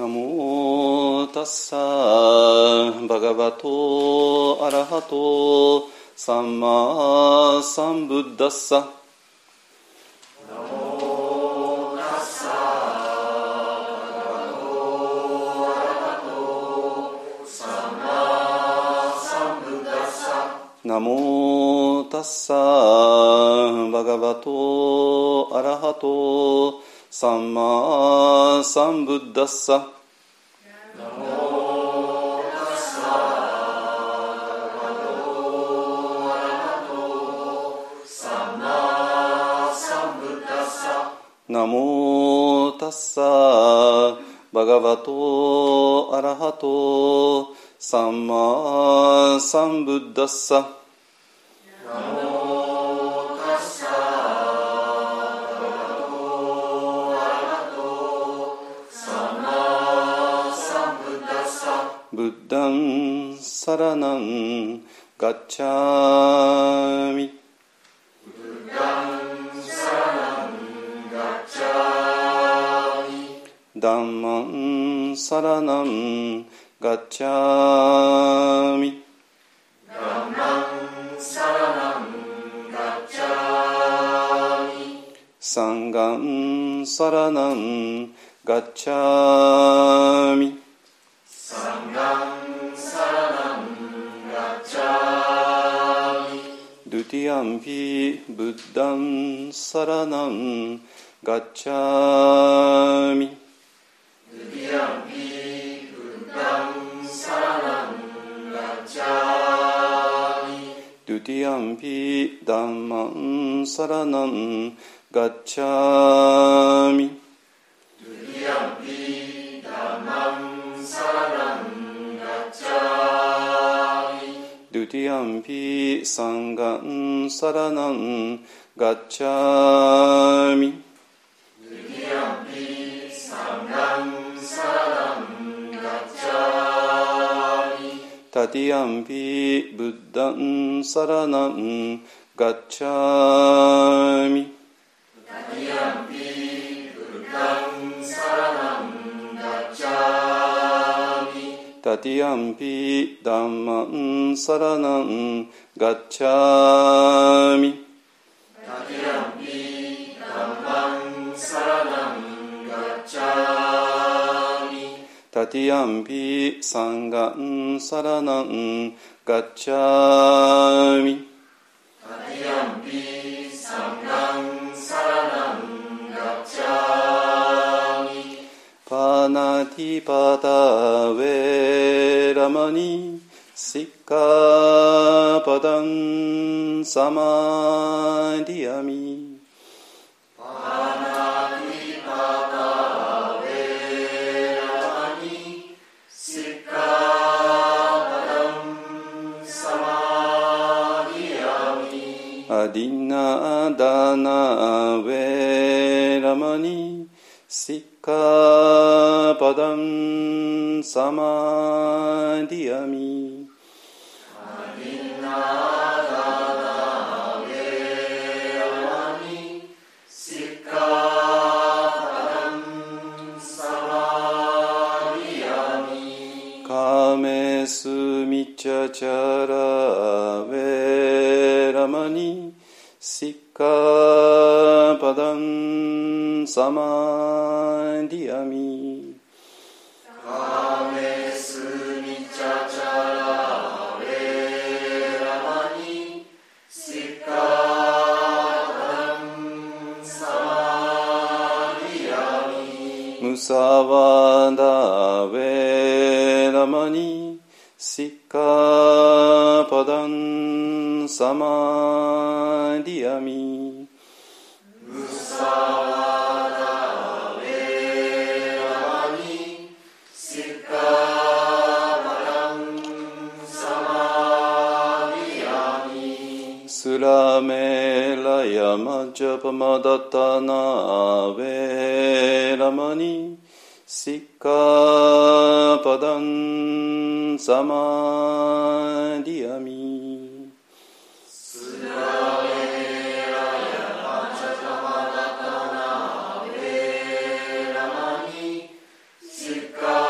ナモタッサーバガバトアラハトサンマサンブッダッサ。 ナモタッサバガバトアラハトサンマサンブッダッサ。 ナモタッサーバガバトアラハトサンマサンブッダッサ。 ナモタッサバガバトアラハトサンマサンブッダッサ。 ナモタッサバガバトアラハトサンマサンブッダッサ。 ナモタッサバガバトアラハトサンマサンブッダッサ。 ブッダンサラナンガッチャミ。 ブッダンサラナンガッチャミ。 ダンマンサラナンガッチャミ。 ダンマンサラナンガッチャミ。 サンガンサラナンガッチャミ。 サンガンサラナンガッチャミ。 ドゥティアンピブッダンサラナンガッチャミ。 ドゥティアンピブッダンサラナンガッチャミ。 ドゥティアンピダンマンサラナンガッチャミ。 ドゥティアンピダンマンサラナンガッチャミ。 ドゥティアンピサンガンサラナンガッチャミ。 ドゥティアンピサンガンサラナンガッチャミ。 タティアンピブッダンサラナンガッチャミ。 タティアンピブッダンサラナンガッチャミ。 タティアンピダンマンサラナンガッチャミ。 タティアンピダンマンサラナンガッチャミ。 タティアンピサンガンサラナンガッチャミ。 タティアンピサンガンサラナンガッチャミ。 パナティパタウェラマニシッカパダンサマディアミ。 パナティパタウェラマニシッカパダンサマディアミ。 アディナダナウェラマニシッカパダンサマディアミ。 アディナダナウェラマニシッカパダンサマディアミ。 カメスミチャチャラウェラマニシッカパダンサマディアミ。 カメスミチャチャラウェラマニシッカパダンサマディアミ。 ムサワダウェラマニシッカパダンサマディアミ。 ムサワダウェラマニシッカパダンサマディアミ。 スラメラヤマジャパマダタナウェラマニシッカパダンサマディアミ。 スラメラヤマジャパマダタナウェラマニシッカ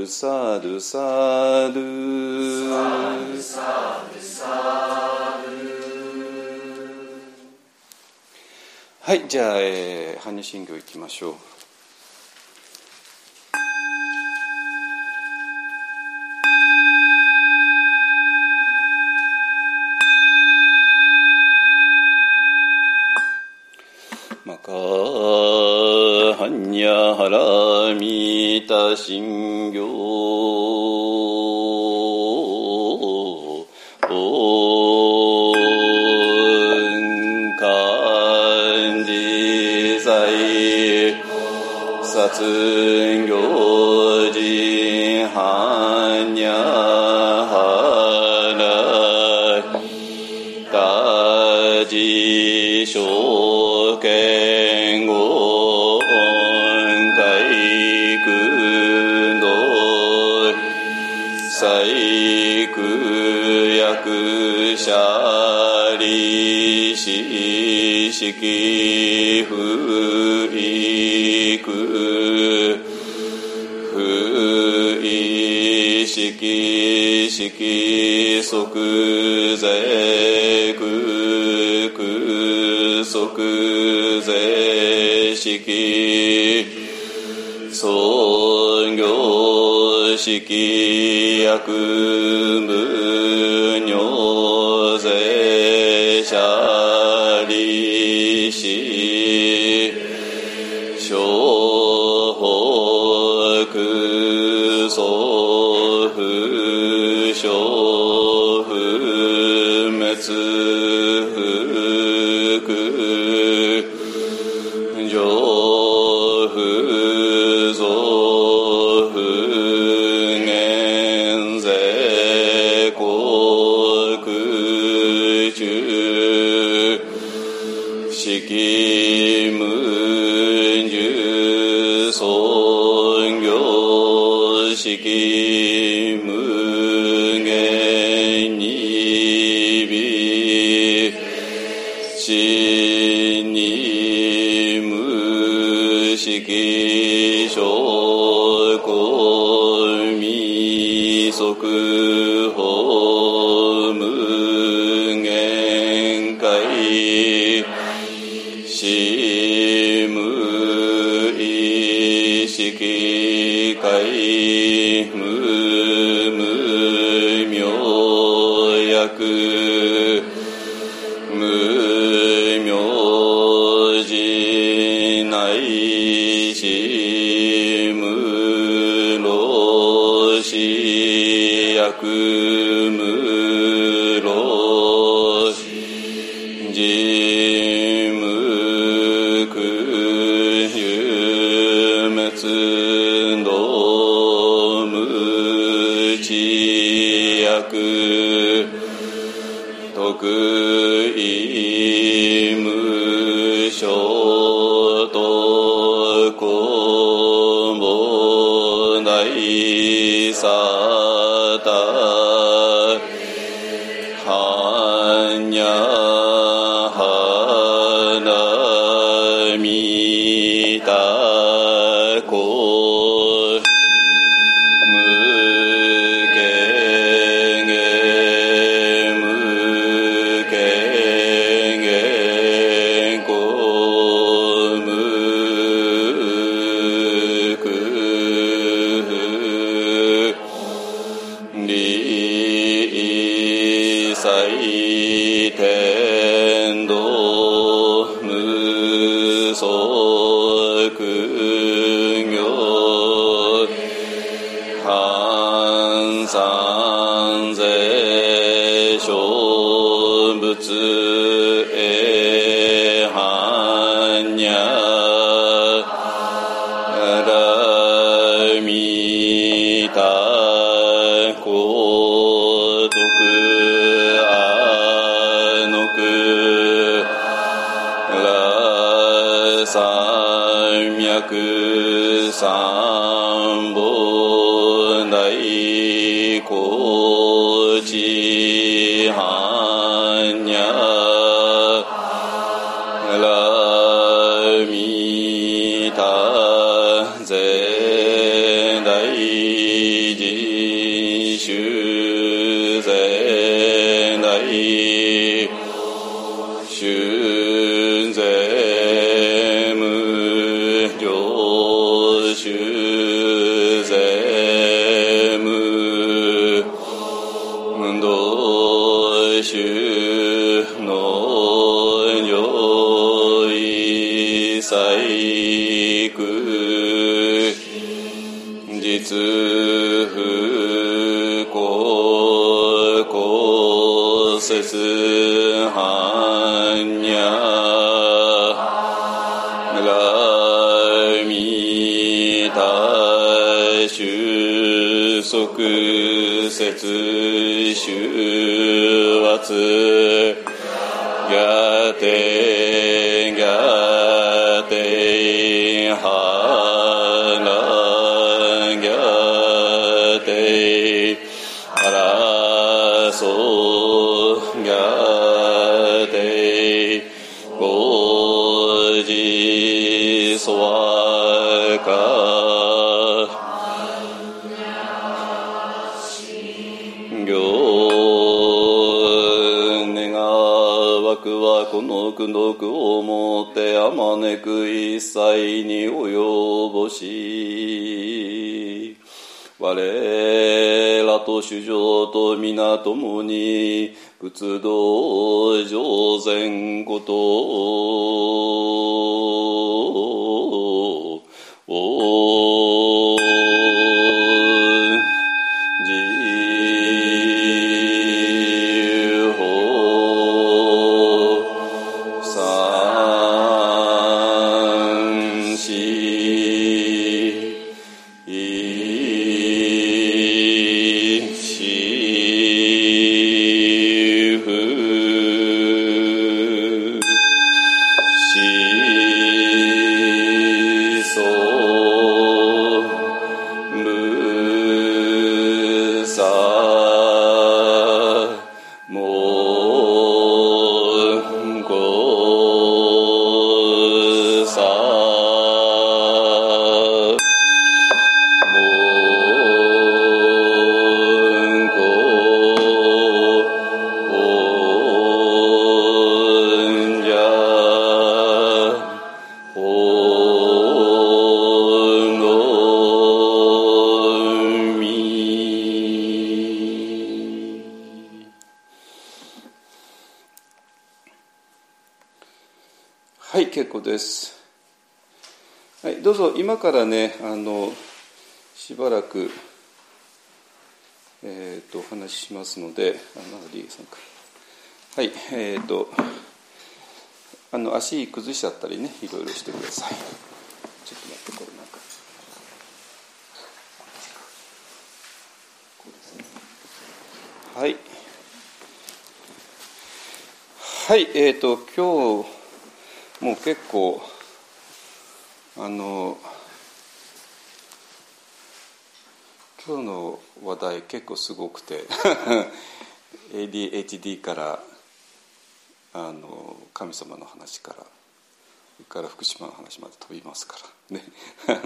ドサドサドはい、じゃあ、般若心経いきましょう。マカハンニャハラミタ心経漢字祭殺行人ハンニャハラミタジショ剣豪海空道細工役者利子式不意式式即税即税式創業式役無尿税者利子小北総不小不滅上不増不減税国中式無住尊業式無限にびしに無式小公未速報無限界し無意識界無明薬無明寺内し無老死薬無老死無苦有滅道無知薬徳意無所得公母内沙汰般若花見たこ無権限無権限公無苦理祭天道無足業半三世小仏般若見た功徳阿の羅山脈三宝内高知般若羅弥陀前大修税無量修税無道修の如意細工実不公公説般若長見大収束説修圧逆転逆転波乱逆転争逆転五時疎和歌はこの功徳をもってあまねく一切に及ぼし我らと衆生と皆共に仏道上善ことをはい、結構です。はい、どうぞ今からね、しばらく、お話ししますので、リーさんか。はい、足崩しちゃったりね、いろいろしてください。ちょっと待って、これなんか。はい。はい、今日もう結構今日の話題結構すごくてADHD から神様の話から福島の話まで飛びますからね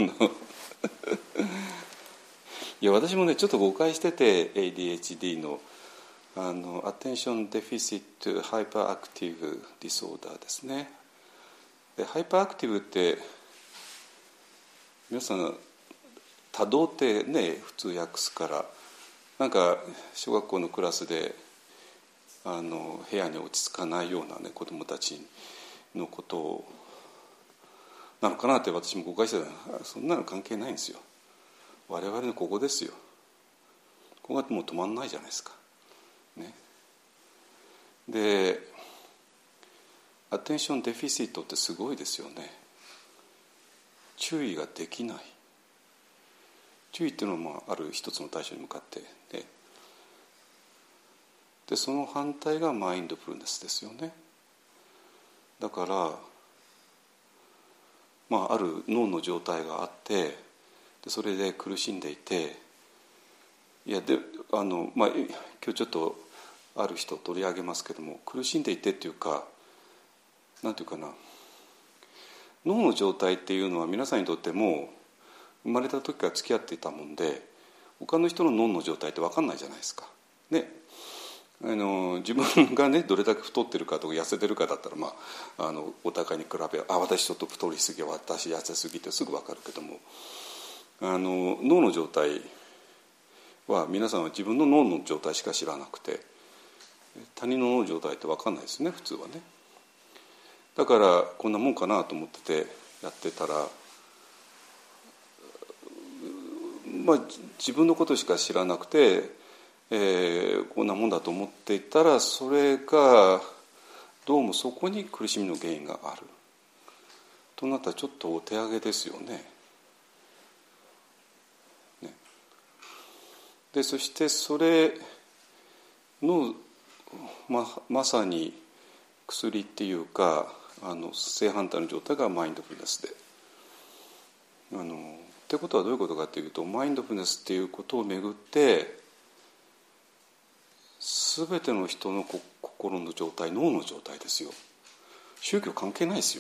いや私もねちょっと誤解してて ADHD のAttention Deficit Hyperactive Disorder ですね。でハイパーアクティブって皆さん多動ってね普通訳すからなんか小学校のクラスで部屋に落ち着かないようなね子どもたちのことをなのかなって私も誤解してた。そんなの関係ないんですよ。我々のここですよ。ここがもう止まんないじゃないですかね。でアテンションデフィシットってすごいですよね。注意ができない。注意っていうのはある一つの対象に向かってでその反対がマインドフルネスですよね。だからある脳の状態があってでそれで苦しんでいて今日ちょっとある人を取り上げますけども苦しんでいてっていうかなんていうかな脳の状態っていうのは皆さんにとっても生まれた時から付き合っていたもんで他の人の脳の状態って分かんないじゃないですかね。 自分がねどれだけ太ってるかとか痩せてるかだったら、お互いに比べ私ちょっと太りすぎ私痩せすぎってすぐ分かるけども、脳の状態は皆さんは自分の脳の状態しか知らなくて、他人の脳の状態って分かんないですね普通はね。だからこんなもんかなと思っててやってたら、自分のことしか知らなくて、こんなもんだと思っていたら、それがどうもそこに苦しみの原因があるとなったらちょっとお手上げですよね。でそしてそれの、まさに薬っていうか正反対の状態がマインドフルネスで、ってことはどういうことかというと、マインドフルネスっていうことをめぐって全ての人の心の状態、脳の状態ですよ。宗教関係ないですよ。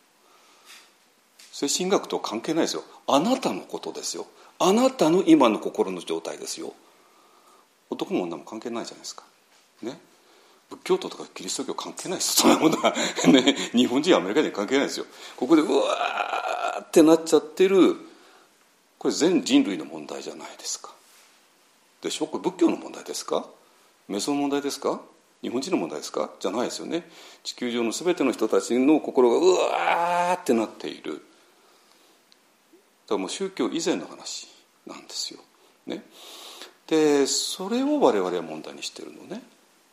精神学と関係ないですよ。あなたのことですよ。あなたの今の心の状態ですよ。男も女も関係ないじゃないですかね。仏教徒とかキリスト教関係ないですよ。そんなことは、ね、日本人アメリカ人関係ないですよ。ここでうわーってなっちゃってる、これ全人類の問題じゃないですか。でしょ。これ仏教の問題ですか、瞑想の問題ですか、日本人の問題ですか、じゃないですよね。地球上の全ての人たちの心がうわーってなっている。だからもう宗教以前の話なんですよ、ね。でそれを我々は問題にしているのね。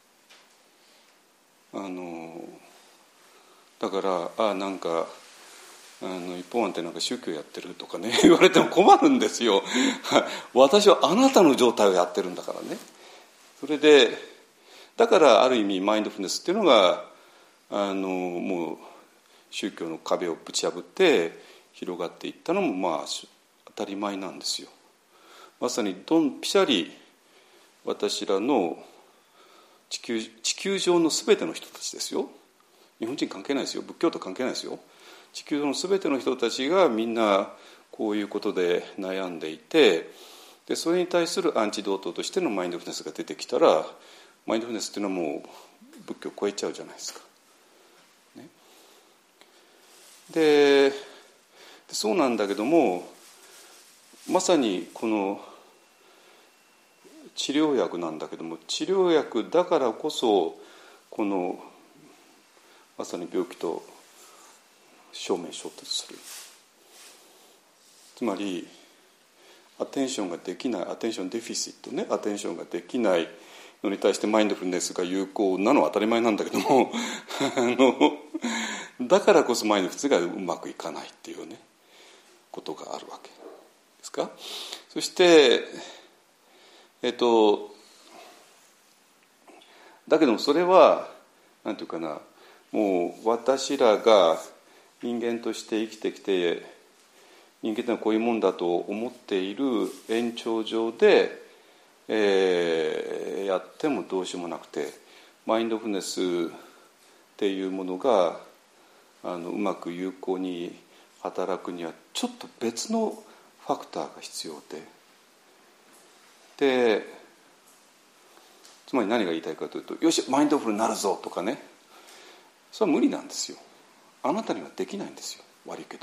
だからなんか一方案ってなんか宗教やってるとかね言われても困るんですよ私はあなたの状態をやってるんだからね。それでだからある意味マインドフルネスっていうのがもう宗教の壁をぶち破って広がっていったのも当たり前なんですよ。まさにドンピシャリ私らの地球上の全ての人たちですよ。日本人関係ないですよ。仏教と関係ないですよ。地球上の全ての人たちがみんなこういうことで悩んでいて、でそれに対するアンチドートとしてのマインドフルネスが出てきたら、マインドフルネスっていうのはもう仏教を超えちゃうじゃないですか、ね。でそうなんだけども、まさにこの治療薬なんだけども、治療薬だからこそこのまさに病気と正面衝突する。つまりアテンションができない、アテンションデフィシットね、アテンションができないのに対してマインドフルネスが有効なのは当たり前なんだけどもだからこそマインドフルネスがうまくいかないっていうねことがあるわけですか。そしてだけどもそれはなんていうかな、もう私らが人間として生きてきて、人間というのはこういうもんだと思っている延長上で、やってもどうしようもなくて、マインドフルネスっていうものがうまく有効に働くにはちょっと別のファクターが必要で、つまり何が言いたいかというと、よしマインドフルになるぞとかね、それは無理なんですよ。あなたにはできないんですよ。悪いけど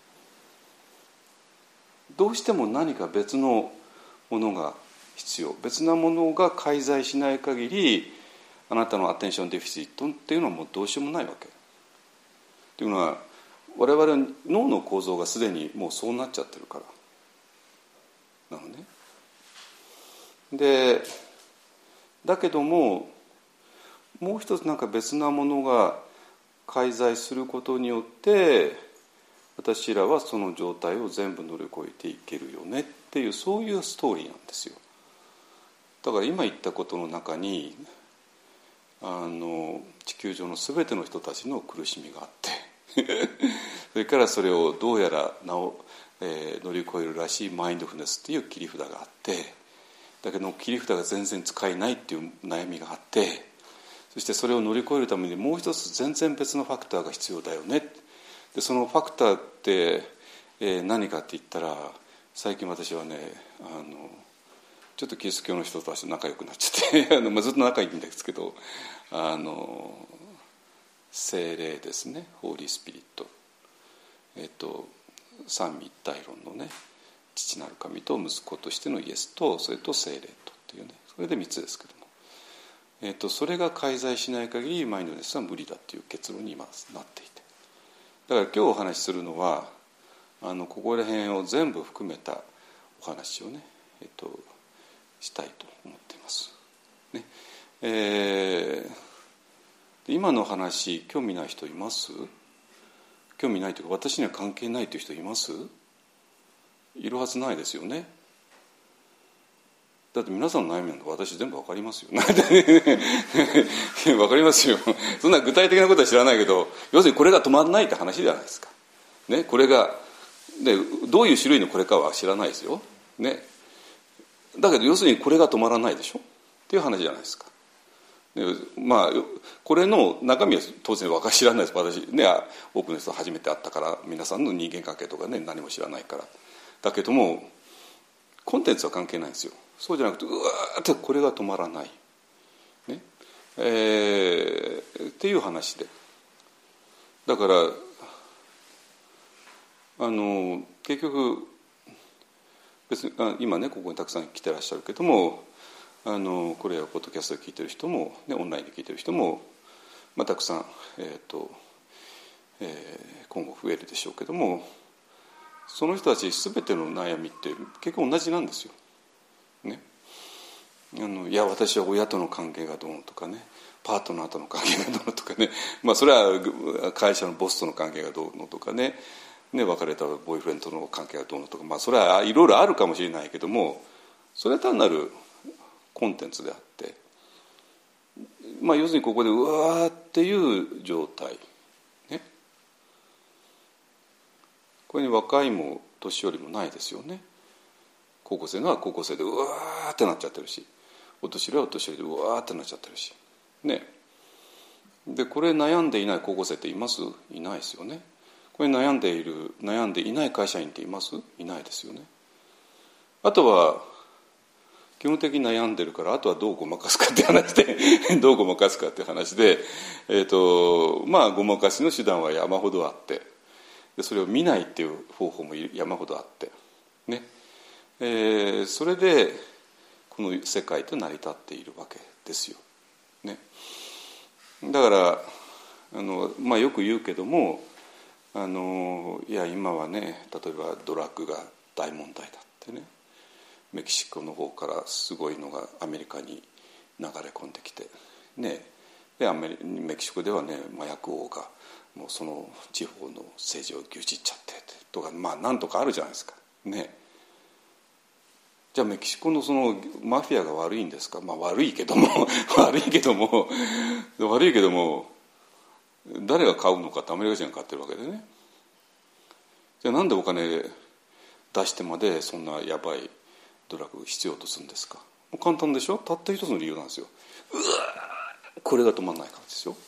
どうしても何か別のものが必要、別なものが介在しない限りあなたのアテンションデフィシットっていうのはもうどうしようもないわけ。というのは我々の脳の構造がすでにもうそうなっちゃってるからなのね。でだけどももう一つなんか別なものが介在することによって私らはその状態を全部乗り越えていけるよねっていう、そういうストーリーなんですよ。だから今言ったことの中に地球上の全ての人たちの苦しみがあってそれからそれをどうやら乗り越えるらしいマインドフルネスっていう切り札があって、だけど切り札が全然使えないっていう悩みがあって、そしてそれを乗り越えるためにもう一つ全然別のファクターが必要だよね。でそのファクターって、何かって言ったら、最近私はねちょっとキリスト教の人たちと仲良くなっちゃってずっと仲いいんですけど、聖霊ですね、ホーリースピリット、三位一体論のね、父なる神と息子としてのイエスと、それと聖霊とっていうね、それで3つですけども、それが介在しない限りマインドネスは無理だっていう結論に今なっていて、だから今日お話しするのはここら辺を全部含めたお話をね、したいと思っています、ね。今の話興味ない人います？興味ないというか私には関係ないという人います？いるはずないですよね。だって皆さんの悩みなんて私全部わかりますよわかりますよ。そんな具体的なことは知らないけど、要するにこれが止まらないって話じゃないですか、ね、これがでどういう種類のこれかは知らないですよ、ね、だけど要するにこれが止まらないでしょっていう話じゃないですか。でまあこれの中身は当然知らないです。私ね、オープンネスと初めて会ったから、皆さんの人間関係とかね何も知らないから。だけどもコンテンツは関係ないんですよ。そうじゃなくてうわーってこれが止まらない、ねっていう話で、だから結局別に今ねここにたくさん来てらっしゃるけども、これをポッドキャストで聞いてる人も、ね、オンラインで聞いてる人も、たくさん、今後増えるでしょうけども、その人たち全ての悩みって結局同じなんですよ、ね。いや私は親との関係がどうのとかね、パートナーとの関係がどうのとかね、それは会社のボスとの関係がどうのとかね、別れたボーイフレンドとの関係がどうのとか、それはいろいろあるかもしれないけども、それは単なるコンテンツであって、要するにここでうわーっていう状態、ね、これに若いも年寄りもないですよね。高校生のは高校生でうわーってなっちゃってるし、お年寄りはお年寄りでうわーってなっちゃってるし、ね。でこれ悩んでいない高校生っています？いないですよね。これ悩んでいない会社員っています？いないですよね。あとは基本的に悩んでるから、あとはどうごまかすかって話でどうごまかすかって話で、ごまかしの手段は山ほどあって、でそれを見ないっていう方法も山ほどあってね、それでこの世界って成り立っているわけですよ、ね。だからよく言うけども、いや今はね、例えばドラッグが大問題だってね、メキシコの方からすごいのがアメリカに流れ込んできて、ね、でメキシコではね麻薬王がもうその地方の政治を牛耳っちゃってとか、なんとかあるじゃないですか、ね。じゃあメキシコのそのマフィアが悪いんですか？悪いけども悪いけども誰が買うのかってアメリカ人が買ってるわけでね。じゃあなんでお金出してまでそんなやばいドラッグ必要とするんですか？もう簡単でしょ。たった一つの理由なんですよ。これが止まらないからですよ。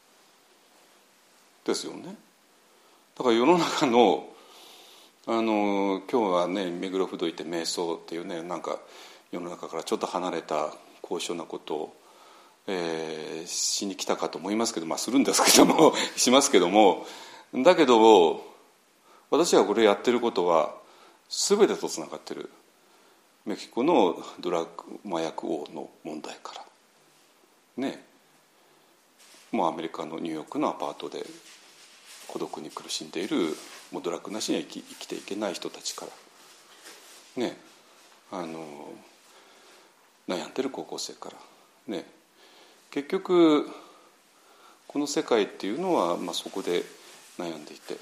ですよね。だから世の中の今日はね目黒不動いて瞑想っていうね、なんか世の中からちょっと離れた高尚なことを、しに来たかと思いますけど、するんですけどもしますけども、だけど私がこれやってることは全てとつながってる。メキシコのドラッグ麻薬王の問題からね、もうアメリカのニューヨークのアパートで孤独に苦しんでいる、もうドラッグなしには生きていけない人たちからね、悩んでる高校生からね、結局この世界っていうのは、そこで悩んでいて、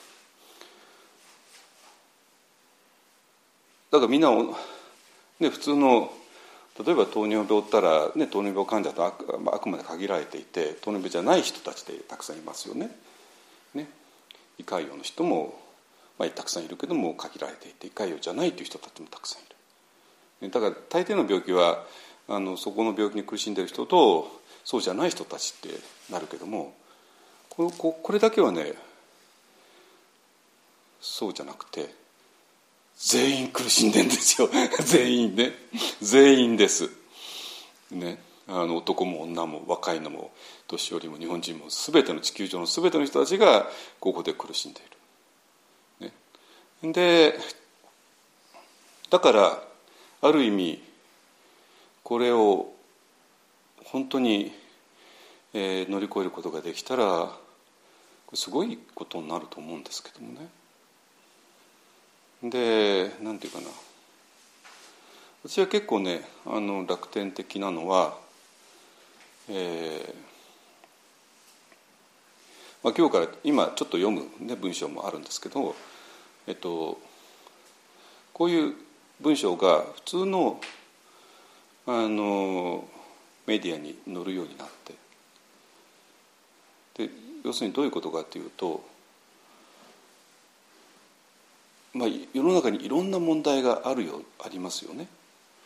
だからみんなね、普通の例えば糖尿病ったら、ね、糖尿病患者とあくまで限られていて、糖尿病じゃない人たちでたくさんいますよね。胃潰瘍の人も、たくさんいるけども限られていて、胃潰瘍じゃないという人たちもたくさんいる。だから大抵の病気はそこの病気に苦しんでいる人とそうじゃない人たちってなるけども、これだけはねそうじゃなくて、 全員苦しんでんですよ全員ね、全員ですね。男も女も若いのも年寄りも日本人も全ての地球上の全ての人たちがここで苦しんでいる、ね、でだからある意味これを本当に、乗り越えることができたらこれすごいことになると思うんですけどもね。でなんていうかな、私は結構ね楽天的なのは、今日から今ちょっと読む、ね、文章もあるんですけど、こういう文章が普通の、メディアに載るようになって、で要するにどういうことかというと、世の中にいろんな問題がありますよね。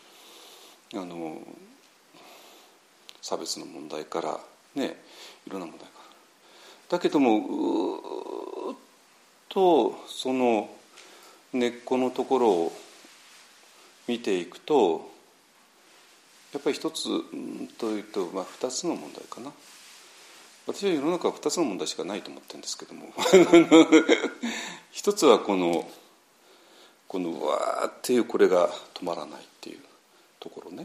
差別の問題からね、いろんな問題からだけどもうーっとその根っこのところを見ていくとやっぱり一つというと、二つの問題かな。私は世の中は二つの問題しかないと思ってるんですけども一つはこのわーっていうこれが止まらないっていうところね、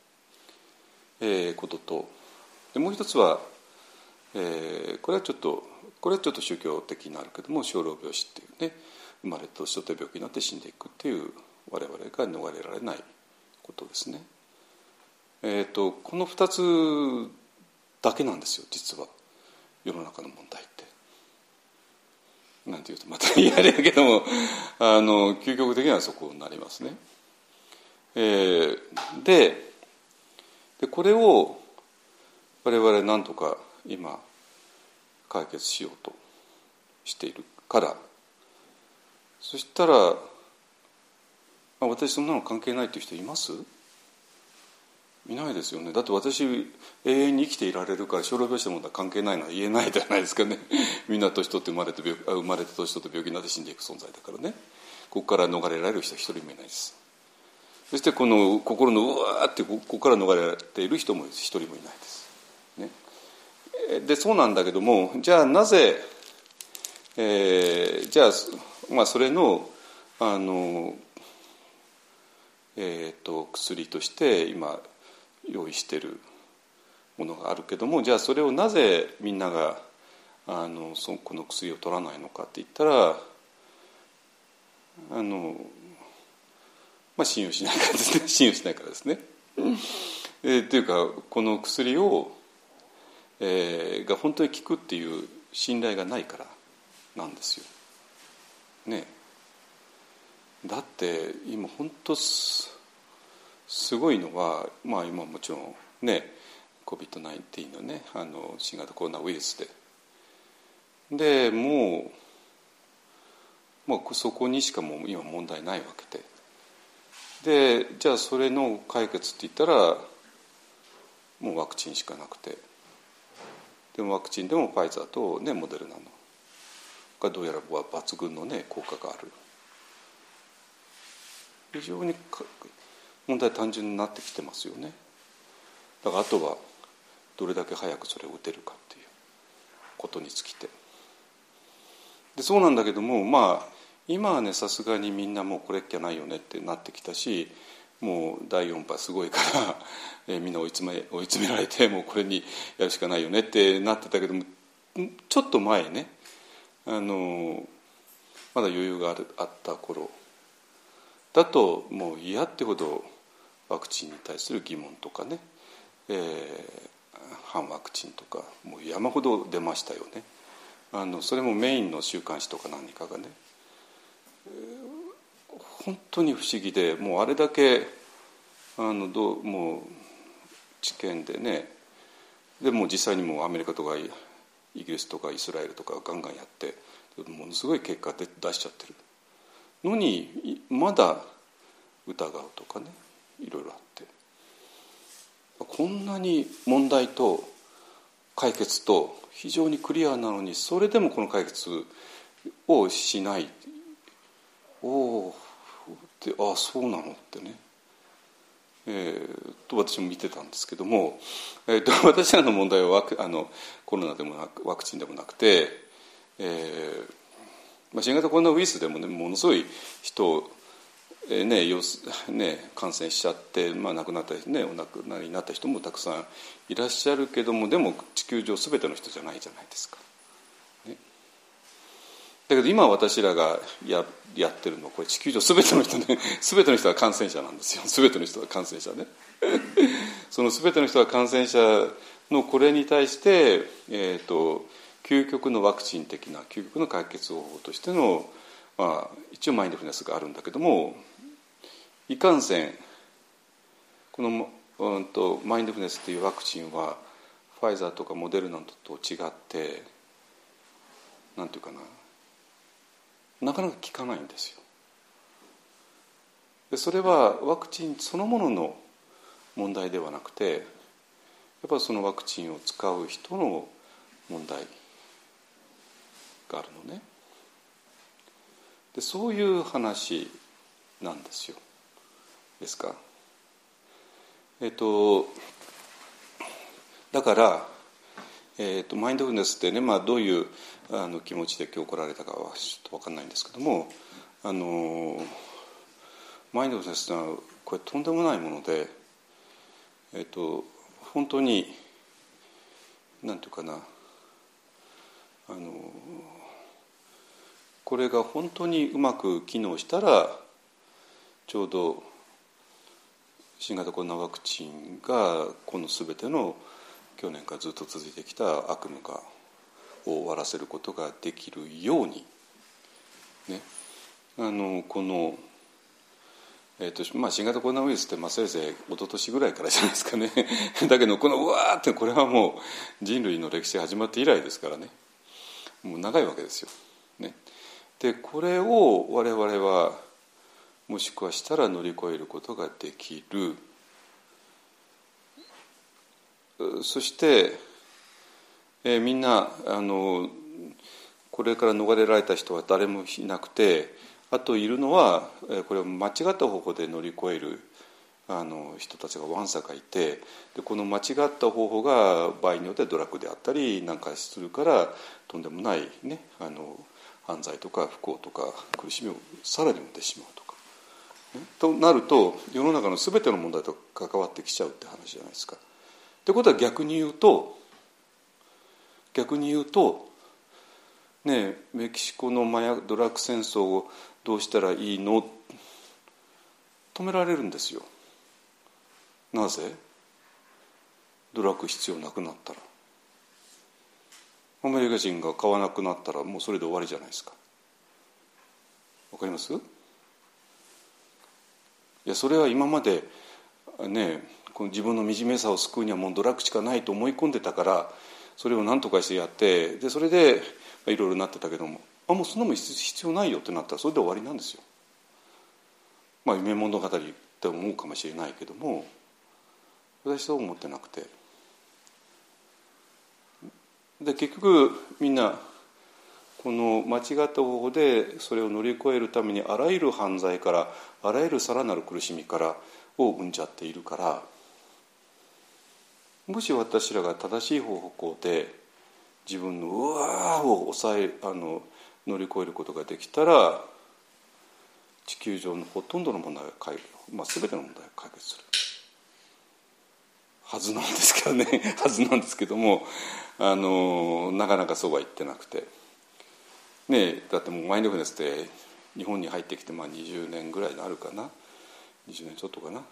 ことと、でもう一つは、これはちょっと宗教的になるけども生老病死っていうね、生まれと年と病気になって死んでいくっていう我々が逃れられないことですね。この2つだけなんですよ実は世の中の問題って。なんていうとまた言われるけども究極的にはそこになりますね。でこれを我々なんとか今解決しようとしているから、そしたら私そんなの関係ないっていう人います？いないですよね。だって私永遠に生きていられるから生老病死の問題関係ないのは言えないじゃないですかねみんな年取って生まれて年取って病気になって死んでいく存在だからね。ここから逃れられる人は一人もいないです。そしてこの心のうわーってここから逃れられている人も一人もいないです、ね、でそうなんだけどもじゃあなぜ、じゃあ、それの薬として今用意しているものがあるけども、じゃあそれをなぜみんながこの薬を取らないのかって言ったら信用しないからですね信用しないからですね。というかこの薬を、が本当に効くっていう信頼がないからなんですよ。ね。だって今本当すごいのは、今もちろんね COVID-19 のね新型コロナウイルスでもうそこにしかもう今問題ないわけでじゃあそれの解決って言ったらもうワクチンしかなくて、でもワクチンでもファイザーと、ね、モデルナのがどうやら抜群の、ね、効果がある。非常に問題単純になってきてますよね。だからあとはどれだけ早くそれを打てるかっていうことに尽きて、でそうなんだけども今はねさすがにみんなもうこれっきゃないよねってなってきたし、もう第4波すごいから、みんな追い詰められてもうこれにやるしかないよねってなってたけども、ちょっと前ねまだ余裕があった頃だともう嫌ってほどワクチンに対する疑問とかね、反ワクチンとかもう山ほど出ましたよね。それもメインの週刊誌とか何かがね、本当に不思議で、もうあれだけもう治験でね、でもう実際にもうアメリカとかイギリスとかイスラエルとかガンガンやってものすごい結果で出しちゃってるのにまだ疑うとかね、いろいろあって、こんなに問題と解決と非常にクリアなのにそれでもこの解決をしない、 で、ああそうなのってね、と私も見てたんですけども、私らの問題はコロナでもなくワクチンでもなくて、新型コロナウイルスでもね、ものすごい人感染しちゃって、亡くなったりね、お亡くなりになった人もたくさんいらっしゃるけども、でも地球上全ての人じゃないじゃないですか、ね、だけど今私らがやってるのはこれ地球上全ての人ね、全ての人が感染者なんですよ。全ての人が感染者ねその全ての人が感染者のこれに対して、究極のワクチン的な究極の解決方法としての、一応マインドフルネスがあるんだけども、いかんせんこの、マインドフルネスというワクチンはファイザーとかモデルナと違ってなんていうかなかなか効かないんですよ。でそれはワクチンそのものの問題ではなくて、やっぱりそのワクチンを使う人の問題があるのね。でそういう話なんですよ。ですか。だから、マインドフルネスってね、どういう気持ちで今日来られたかはちょっと分かんないんですけども、マインドフルネスはこれとんでもないもので、本当になんていうかな、これが本当にうまく機能したら、ちょうど新型コロナワクチンがこの全ての去年からずっと続いてきた悪夢を終わらせることができるように、ね、この、新型コロナウイルスってせいぜい一昨年ぐらいからじゃないですかねだけどこのうわーってこれはもう人類の歴史が始まって以来ですからね、もう長いわけですよ、ね、でこれを我々はもしくはしたら乗り越えることができる。そして、みんなこれから逃れられた人は誰もいなくて、あといるのはこれを間違った方法で乗り越える人たちがわんさかいて、でこの間違った方法が場合によってドラッグであったりなんかするから、とんでもない、ね、犯罪とか不幸とか苦しみをさらに生んでしまうとか、ね、となると世の中の全ての問題と関わってきちゃうって話じゃないですか。ってことは逆に言うとね、メキシコのドラッグ戦争をどうしたらいいの、止められるんですよ。なぜ？ドラッグ必要なくなったら、アメリカ人が買わなくなったらもうそれで終わりじゃないですか。わかります？いや、それは今までね、この自分の惨めさを救うにはもうドラッグしかないと思い込んでたから、それを何とかしてやって、でそれでいろいろなってたけども、もうそんなもん必要ないよってなったらそれで終わりなんですよ。夢物語って思うかもしれないけども、私そう思ってなくて、で結局みんなこの間違った方法でそれを乗り越えるためにあらゆる犯罪からあらゆるさらなる苦しみからを生んじゃっているから、もし私らが正しい方向で自分のうわーを乗り越えることができたら、地球上のほとんどの問題が全ての問題が解決するはずなんですけどねはずなんですけども、なかなかそうは言ってなくて、ね、だってもうマインドフルネスって日本に入ってきて20年ぐらいになるかな、20年ちょっとかな。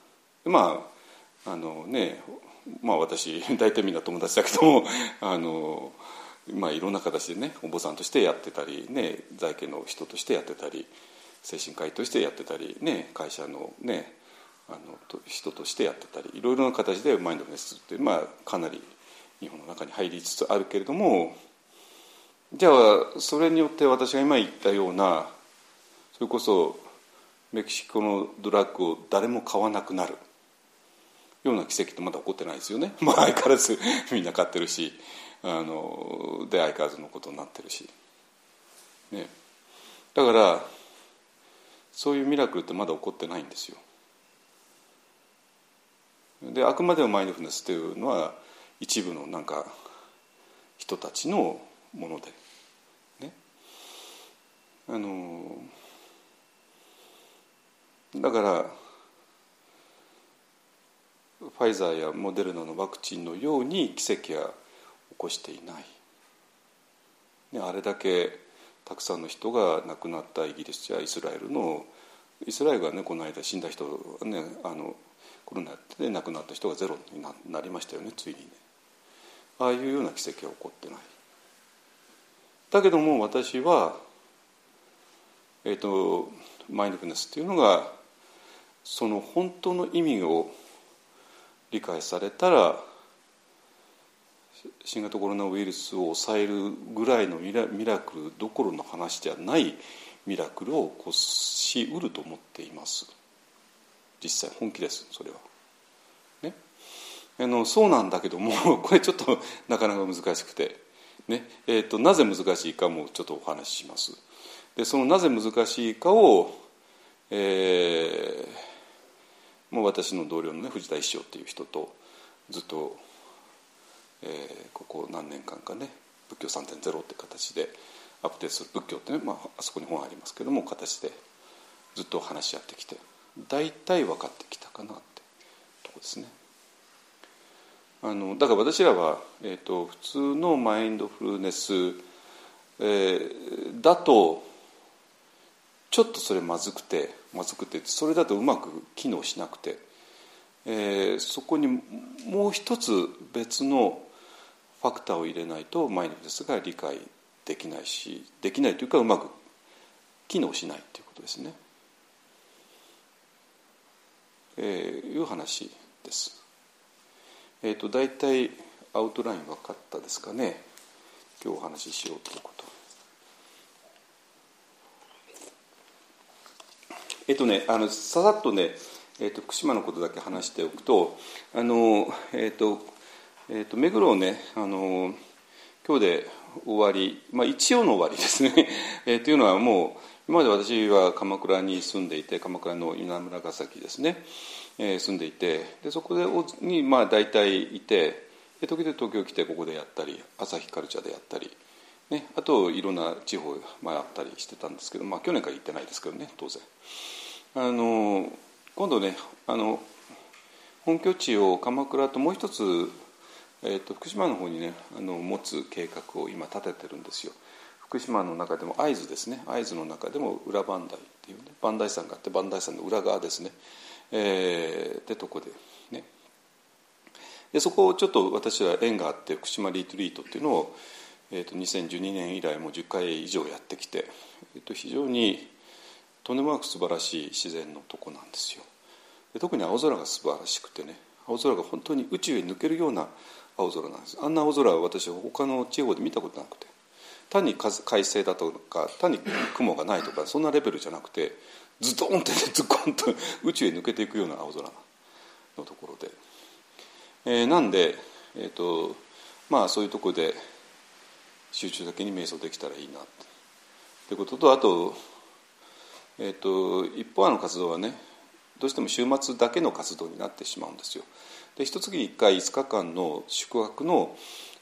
私大体みんな友達だけどもいろんな形でね、お坊さんとしてやってたり、ね、在家の人としてやってたり、精神科医としてやってたり、ね、会社の、ね、人としてやってたり、いろいろな形でマインドフルネスって、かなり日本の中に入りつつあるけれども、じゃあそれによって私が今言ったような、それこそメキシコのドラッグを誰も買わなくなるような奇跡ってまだ起こってないですよね。相変わらずみんな買ってるし、で相変わらずのことになってるし、ね、だからそういうミラクルってまだ起こってないんですよ。であくまでもマインドフルネスというのは一部のなんか人たちのものでね、だからファイザーやモデルナのワクチンのように奇跡は起こしていない、ね、あれだけたくさんの人が亡くなったイギリスやイスラエルがね、この間死んだ人ね、コロナで亡くなった人がゼロになりましたよね、ついにね。ああいうような奇跡は起こってない。だけども私は、マインドフルネスっていうのがその本当の意味を理解されたら新型コロナウイルスを抑えるぐらいのミラクルどころの話じゃないミラクルを起こしうると思っています。実際本気です、それは、ね、そうなんだけどもこれちょっとなかなか難しくて、ね、なぜ難しいかもちょっとお話しします。でそのなぜ難しいかを、もう私の同僚の、ね、藤田一生っていう人とずっと、ここ何年間かね仏教 3.0 って形でアップデートする仏教ってね、あそこに本ありますけども形でずっと話し合ってきて大体分かってきたかなってとこですね。だから私らは、普通のマインドフルネス、だとちょっとそれまずくてそれだとうまく機能しなくて、そこにもう一つ別のファクターを入れないとマインドフルネスが理解できないしできないというかうまく機能しないということですね、いう話です。だいたいアウトライン分かったですかね。今日お話ししようということ。ささっとね、福島のことだけ話しておくと、目黒をね、今日で終わり、一応の終わりですね。というのはもう今まで私は鎌倉に住んでいて、鎌倉の稲村ヶ崎ですね、住んでいて、でそこに大体いて、で時々東京来てここでやったり、朝日カルチャーでやったり、ね、あといろんな地方回ったりしてたんですけど、去年から行ってないですけどね、当然。今度ね、本拠地を鎌倉ともう一つ、福島の方にね持つ計画を今立ててるんですよ。福島の中でも会津ですね、会津の中でも裏磐梯っていうね、磐梯山があって磐梯山の裏側ですね、でとこでね、でそこをちょっと私は縁があって福島リトリートっていうのを、2012年以来もう10回以上やってきて、非常にとんでもなく素晴らしい自然のとこなんですよ。で特に青空が素晴らしくてね、青空が本当に宇宙へ抜けるような青空なんです。あんな青空は私は他の地方で見たことなくて、単に快晴だとか単に雲がないとかそんなレベルじゃなくて、ズドンってズコンと宇宙へ抜けていくような青空のところで、なんで、そういうところで集中的に瞑想できたらいいなということと、あと、一方の活動はねどうしても週末だけの活動になってしまうんですよ。で一月に1回5日間の宿泊の、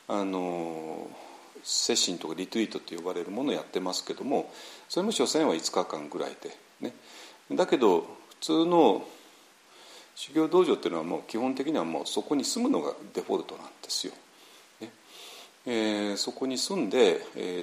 セッションとかリトリートと呼ばれるものをやってますけども、それも所詮は5日間ぐらいで、ね、だけど普通の修行道場っていうのはもう基本的にはもうそこに住むのがデフォルトなんですよ、ね。そこに住んで、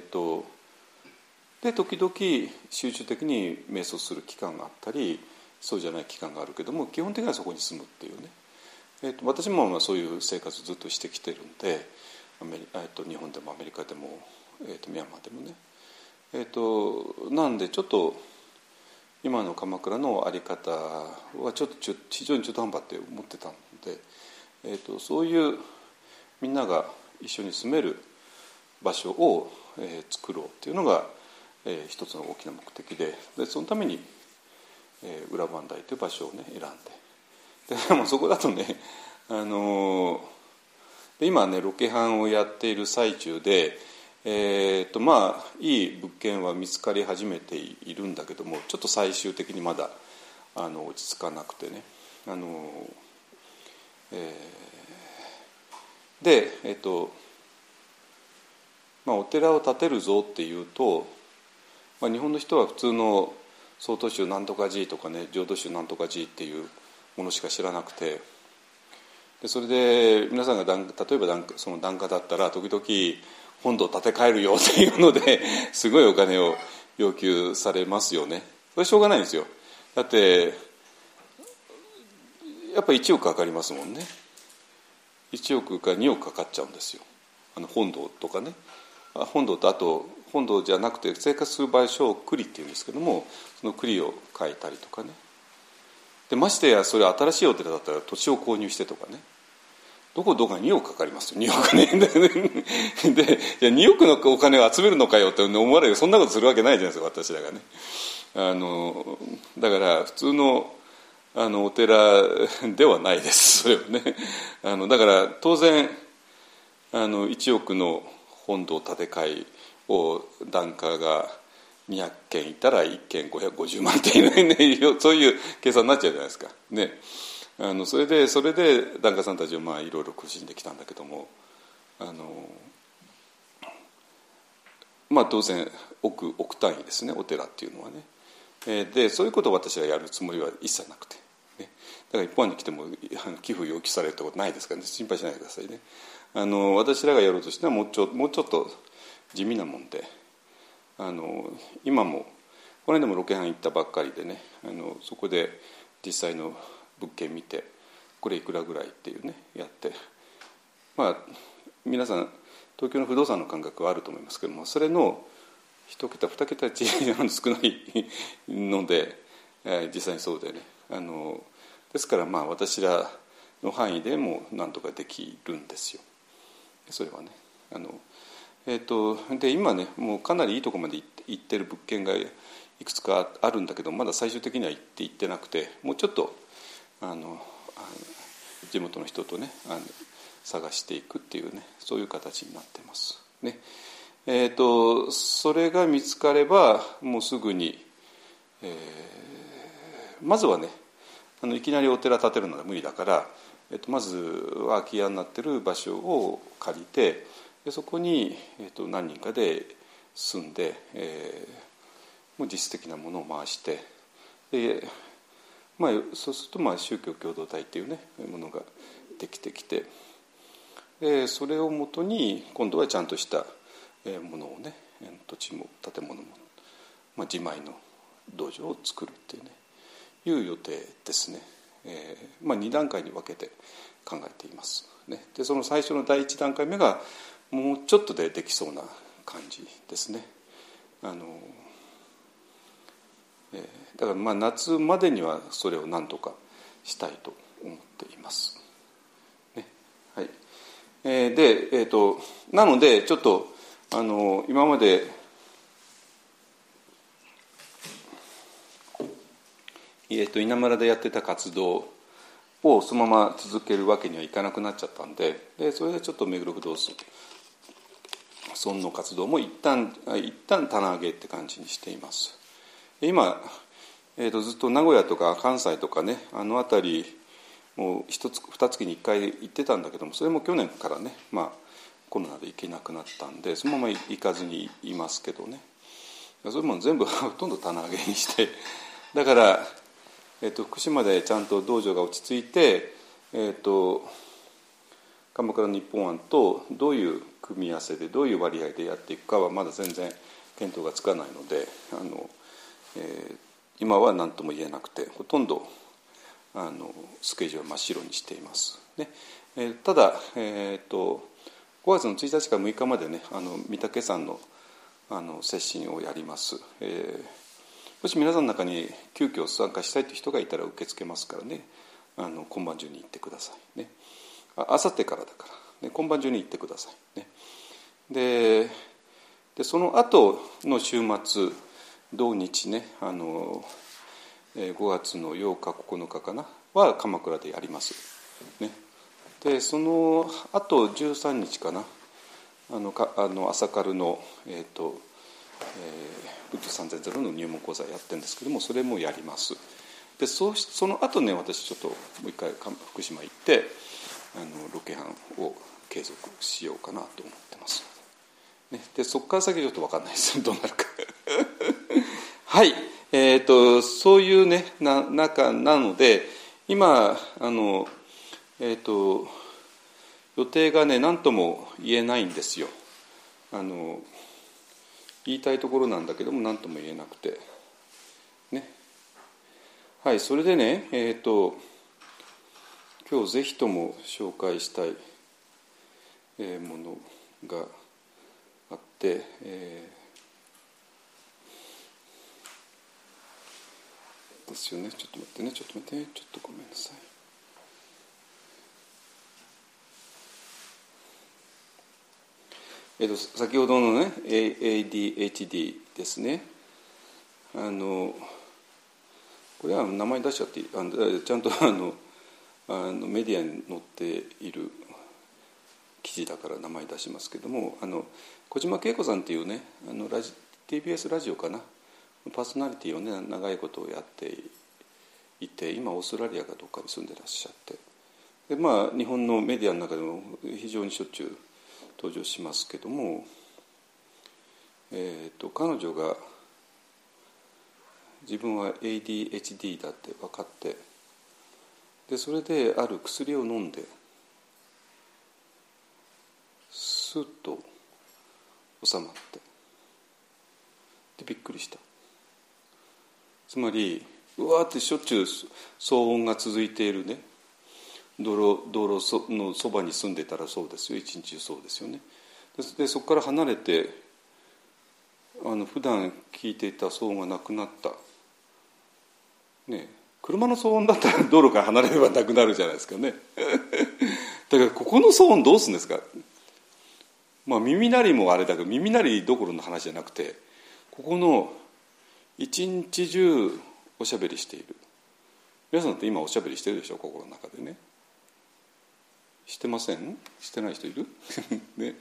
で時々集中的に瞑想する期間があったりそうじゃない期間があるけども、基本的にはそこに住むっていうね、私もそういう生活をずっとしてきてるんで、日本でもアメリカでも、ミャンマーでもね、なんでちょっと今の鎌倉の在り方はちょっと非常に中途半端って思ってたので、そういうみんなが一緒に住める場所を、作ろうっていうのが、一つの大きな目的で、そのために、裏磐梯という場所をね選んで、でもそこだとね、今ねロケハンをやっている最中で、 まあいい物件は見つかり始めているんだけども、ちょっと最終的にまだ落ち着かなくてね、でまあ、お寺を建てるぞっていうと、まあ、日本の人は普通の曹洞宗なんとか寺とかね、浄土宗なんとか寺っていうものしか知らなくて、でそれで皆さんが例えばその檀家だったら時々本堂建て替えるよっていうのですごいお金を要求されますよね。それはしょうがないんですよ。だってやっぱり1億かかりますもんね。1億か2億かかっちゃうんですよ、本堂とかね。本堂と、あと本堂じゃなくて生活する場所を庫裏っていうんですけども、その庫裏を変えたりとかね。でましてやそれ新しいお寺だったら土地を購入してとかね、どこか2億かかりますよ、2億ね。でいや2億のお金を集めるのかよって思われる。そんなことするわけないじゃないですか、私らがね。だから普通のお寺ではないです、それはね。だから当然1億の本堂建て替えを檀家が200件いたら1件550万っていう、ね、そういう計算になっちゃうじゃないですかね。それで檀家さんたちはまあいろいろ苦しんできたんだけども、まあ当然億単位ですね、お寺っていうのはね。でそういうことを私はやるつもりは一切なくて、ね、だから一般に来ても寄付要求されるってことないですからね、心配しないでくださいね。私らがやろうとしてはもうちょっと地味なもんで、今もこの間もロケハン行ったばっかりでね、そこで実際の物件見てこれいくらぐらいっていうねやって、まあ皆さん東京の不動産の感覚はあると思いますけども、それの1桁2桁少ないので、実際にそうでね、ですからまあ私らの範囲でもなんとかできるんですよ、それはね。で今ねもうかなりいいところまで行ってる物件がいくつかあるんだけど、まだ最終的には行ってなくて、もうちょっと地元の人とね探していくっていうね、そういう形になってますね。それが見つかればもうすぐに、まずはねいきなりお寺建てるのは無理だから、まずは空き家になってる場所を借りて、でそこに、何人かで住んで、もう実質的なものを回して、で、まあ、そうするとまあ宗教共同体っていうねものができてきて、それをもとに今度はちゃんとしたものをね、土地も建物も、まあ、自前の道場を作るっていうねいう予定ですね。まあ、2段階に分けて考えていますね。でその最初の第1段階目がもうちょっとでできそうな感じですね。だからまあ夏までにはそれを何とかしたいと思っています、ね。はい。でなのでちょっと今まで稲村でやってた活動をそのまま続けるわけにはいかなくなっちゃったんで、それでちょっと目黒不動村の活動も一旦棚上げって感じにしています。今、ずっと名古屋とか関西とかね辺りもう2月に1回行ってたんだけども、それも去年からね、まあ、コロナで行けなくなったんでそのまま行かずにいますけどね、それも全部ほとんど棚上げにして、だから、福島でちゃんと道場が落ち着いて、鎌倉の日本案とどういう組み合わせでどういう割合でやっていくかはまだ全然見当がつかないので、今は何とも言えなくてほとんどスケジュールを真っ白にしていますね。ただ、5月の1日から6日までね御嶽山の接心をやります。もし皆さんの中に急遽参加したいという人がいたら受け付けますからね、今晩中に行ってくださいね。あさってからだから、ね、今晩中に行ってくださいね。でその後の週末土日ね5月の8日9日かなは鎌倉でやりますね。でその後13日かな朝カルの、ブッド3000の入門講座やってるんですけども、それもやります。でその後ね、私ちょっともう一回福島行ってロケハンを継続しようかなと思ってますので、ね、でそこから先ちょっと分かんないですどうなるかはい、そういうね中なので、今予定がね何とも言えないんですよ。言いたいところなんだけども何とも言えなくてね。はい、それでね、今日ぜひとも紹介したい、ものがあって、ですよね。ちょっと待ってね、ちょっとごめんなさい。先ほどのね ADHD ですね。これは名前出しちゃっていい、ちゃんとメディアに載っている記事だから名前出しますけども、小島恵子さんっていうねTBS ラジオかなパーソナリティをね長いことをやっていて、今オーストラリアかどっかに住んでらっしゃって、で日本のメディアの中でも非常にしょっちゅう登場しますけども、彼女が自分は ADHD だって分かって、でそれである薬を飲んでスッと収まって、でびっくりした。つまりうわーってしょっちゅう騒音が続いているね道路のそばに住んでたらそうですよ、一日中そうですよね。でそこから離れて普段聞いていた騒音がなくなった、ね、車の騒音だったら道路から離れればなくなるじゃないですかねだからここの騒音どうするんですか。耳鳴りもあれだけど、耳鳴りどころの話じゃなくて、ここの一日中おしゃべりしている。皆さんって今おしゃべりしてるでしょ、心の中でね。してません？してない人いるね。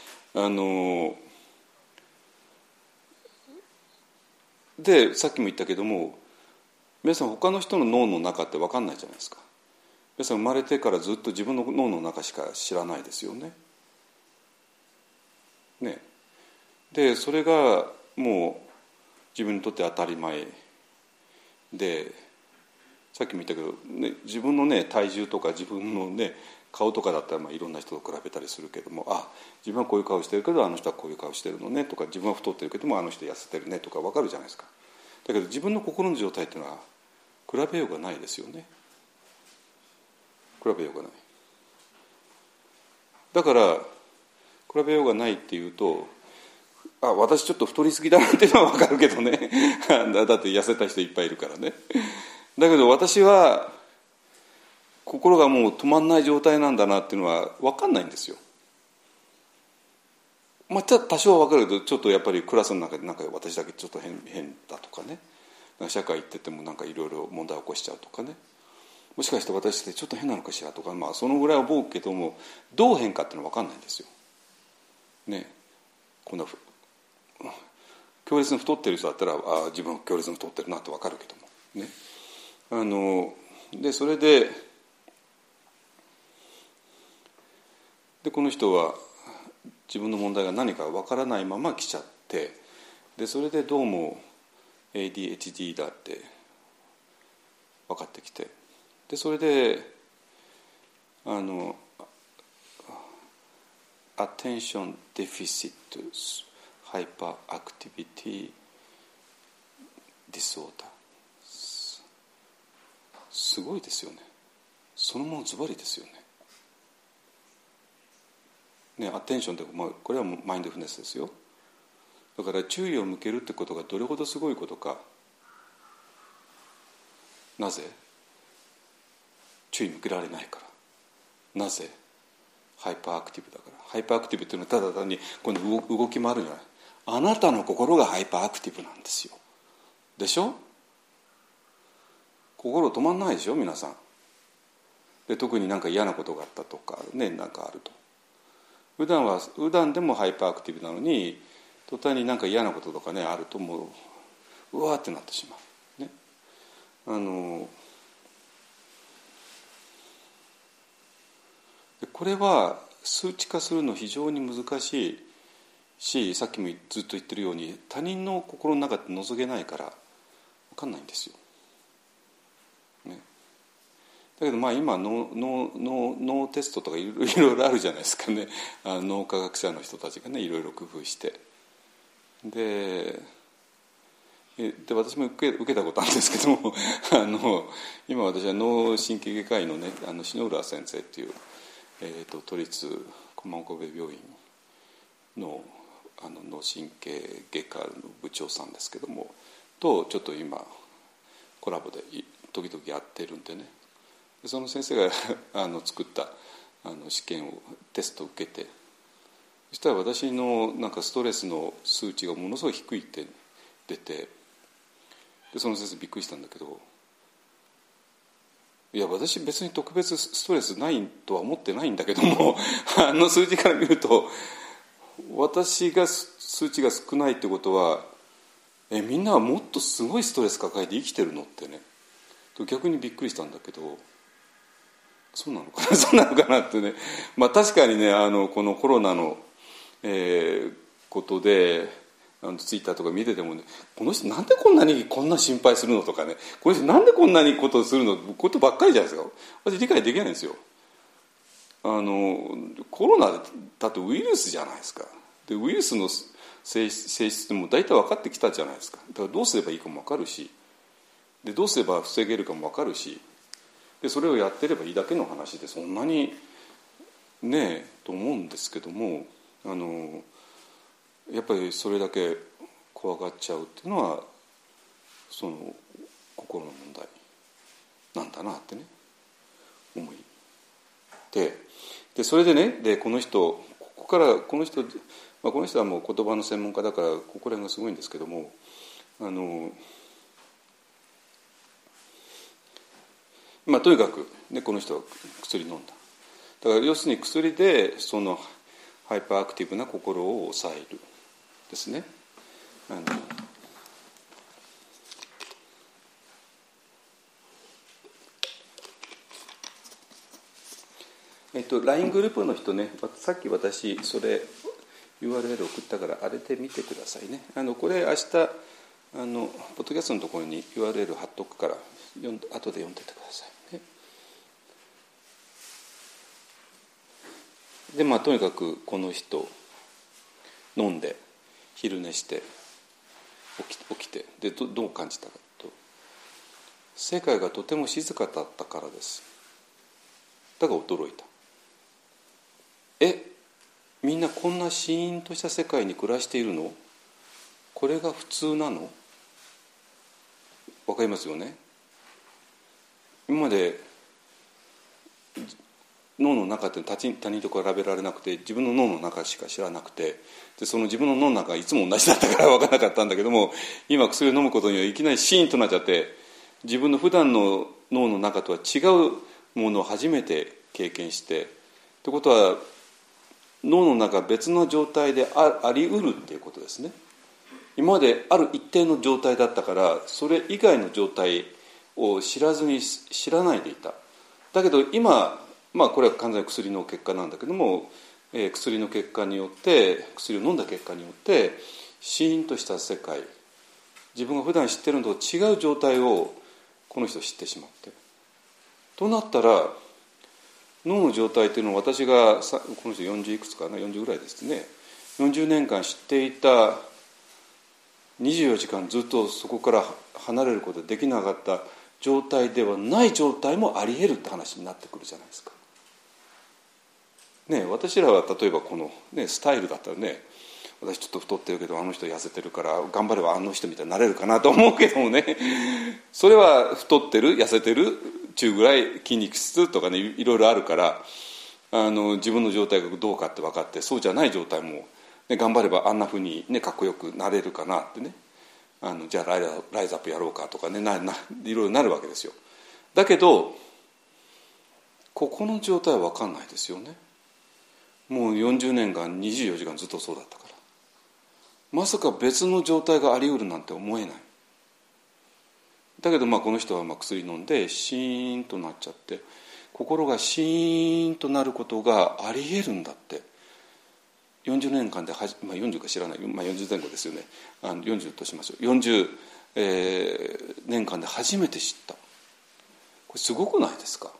でさっきも言ったけども、皆さん他の人の脳の中って分かんないじゃないですか。皆さん生まれてからずっと自分の脳の中しか知らないですよね。ね。でそれがもう自分にとって当たり前で、さっきも言ったけど、ね、自分のね体重とか自分のね顔とかだったらいろんな人と比べたりするけども、自分はこういう顔してるけどあの人はこういう顔してるのねとか、自分は太ってるけどもあの人痩せてるねとか分かるじゃないですか。だけど自分の心の状態っていうのは比べようがないですよね。比べようがない。だから比べようがないっていうと、私ちょっと太りすぎだなっていうのは分かるけどねだって痩せた人いっぱいいるからね。だけど私は心がもう止まんない状態なんだなっていうのは分かんないんですよ。多少は分かるけど、ちょっとやっぱりクラスの中で私だけちょっと変だとかね、社会行っててもいろいろ問題を起こしちゃうとかね、もしかして私ってちょっと変なのかしらとか、そのぐらいは思うけども、どう変かっていうのは分かんないんですよ。ね、こんな強烈に太ってる人だったら自分は強烈に太ってるなって分かるけどもね。でそれでこの人は自分の問題が何か分からないまま来ちゃって、でそれでどうも ADHD だって分かってきて、でそれでAttention Deficit Hyperactivity Disorder、 すごいですよね。そのものズバリですよね。アテンションって、これはマインドフルネスですよ。だから注意を向けるってことがどれほどすごいことか。なぜ？注意向けられないから。なぜ？ハイパーアクティブだから。ハイパーアクティブっていうのはただ単にこの動き回るんじゃない。あなたの心がハイパーアクティブなんですよ。でしょ？心止まんないでしょ皆さん。で特に嫌なことがあったとかね、あると。 普段でもハイパーアクティブなのに、途端になんか嫌なこととかねあるともうわーってなってしまう、ね、これは数値化するの非常に難しいし、さっきもずっと言ってるように他人の心の中って覗けないから分かんないんですよ、ね、だけど今脳テストとかいろいろあるじゃないですかね。脳科学者の人たちがねいろいろ工夫して、で私も受けたことあるんですけども今私は脳神経外科医のね篠浦先生っていう、都立駒込病院の脳神経外科の部長さんですけどもとちょっと今コラボで時々やってるんでね、その先生が作った試験をテストを受けて、そしたら私のなんかストレスの数値がものすごい低いって出て、でその先生びっくりしたんだけど、いや私別に特別ストレスないとは思ってないんだけども数字から見ると私が数値が少ないってことはみんなはもっとすごいストレス抱えて生きてるのってね、逆にびっくりしたんだけど、そうなのかなそうなのかなってね。確かにねこのコロナの、ことでツイッターとか見ててもね、この人なんでこんな心配するのとかね、この人なんでこんなにことをするのことばっかりじゃないですか。私理解できないんですよ。コロナだってウイルスじゃないですか。でウイルスの性質も大体分かってきたじゃないですか。だからどうすればいいかも分かるし、でどうすれば防げるかも分かるし、でそれをやってればいいだけの話で、そんなにねと思うんですけども、やっぱりそれだけ怖がっちゃうっていうのはその心の問題なんだなってね思いで、それでね、でこの人はもう言葉の専門家だからここら辺がすごいんですけども、とにかく、ね、この人は薬飲んだ。だから要するに薬でそのハイパーアクティブな心を抑えるですね。LINE グループの人ね、さっき私それ URL 送ったからあれで見てくださいね。これ明日ポッドキャストのところに URL 貼っとくから後で読んでてくださいね。でとにかくこの人飲んで昼寝して起きて、でどう感じたかと、世界がとても静かだったからです。だから驚いた。みんなこんなシーンとした世界に暮らしているの？これが普通なの？わかりますよね。今まで脳の中って他人と比べられなくて、自分の脳の中しか知らなくて、でその自分の脳の中がいつも同じだったから分からなかったんだけども、今薬を飲むことにはいきなりシーンとなっちゃって、自分の普段の脳の中とは違うものを初めて経験して、ってことは脳の中別の状態であり得るっていうことですね。今まである一定の状態だったから、それ以外の状態を知らないでいた。だけど今、これは完全に薬の結果なんだけども、薬の結果によって、薬を飲んだ結果によってシーンとした世界、自分が普段知ってるのと違う状態をこの人知ってしまって、となったら脳の状態というのは、私がこの人40いくつかな、40ぐらいですね、40年間知っていた24時間ずっとそこから離れることができなかった状態ではない状態もあり得るって話になってくるじゃないですか。私らは例えばこの、スタイルだったらね、私ちょっと太ってるけどあの人痩せてるから頑張ればあの人みたいになれるかなと思うけどもね、それは太ってる痩せてる中ぐらい筋肉質とかね、いろいろあるから、自分の状態がどうかって分かって、そうじゃない状態も、頑張ればあんなふうに、かっこよくなれるかなってね、じゃあライズアップやろうかとかね、いろいろなるわけですよ。だけどここの状態は分かんないですよね。 もう40年間24時間ずっとそうだったから、まさか別の状態があり得るなんて思えない。だけどこの人は薬飲んでシーンとなっちゃって、心がシーンとなることがあり得るんだって40年間で40か知らない、40前後ですよね、40としましょう。40、年間で初めて知った。これすごくないですか。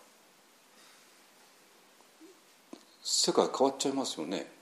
世界変わっちゃいますよね。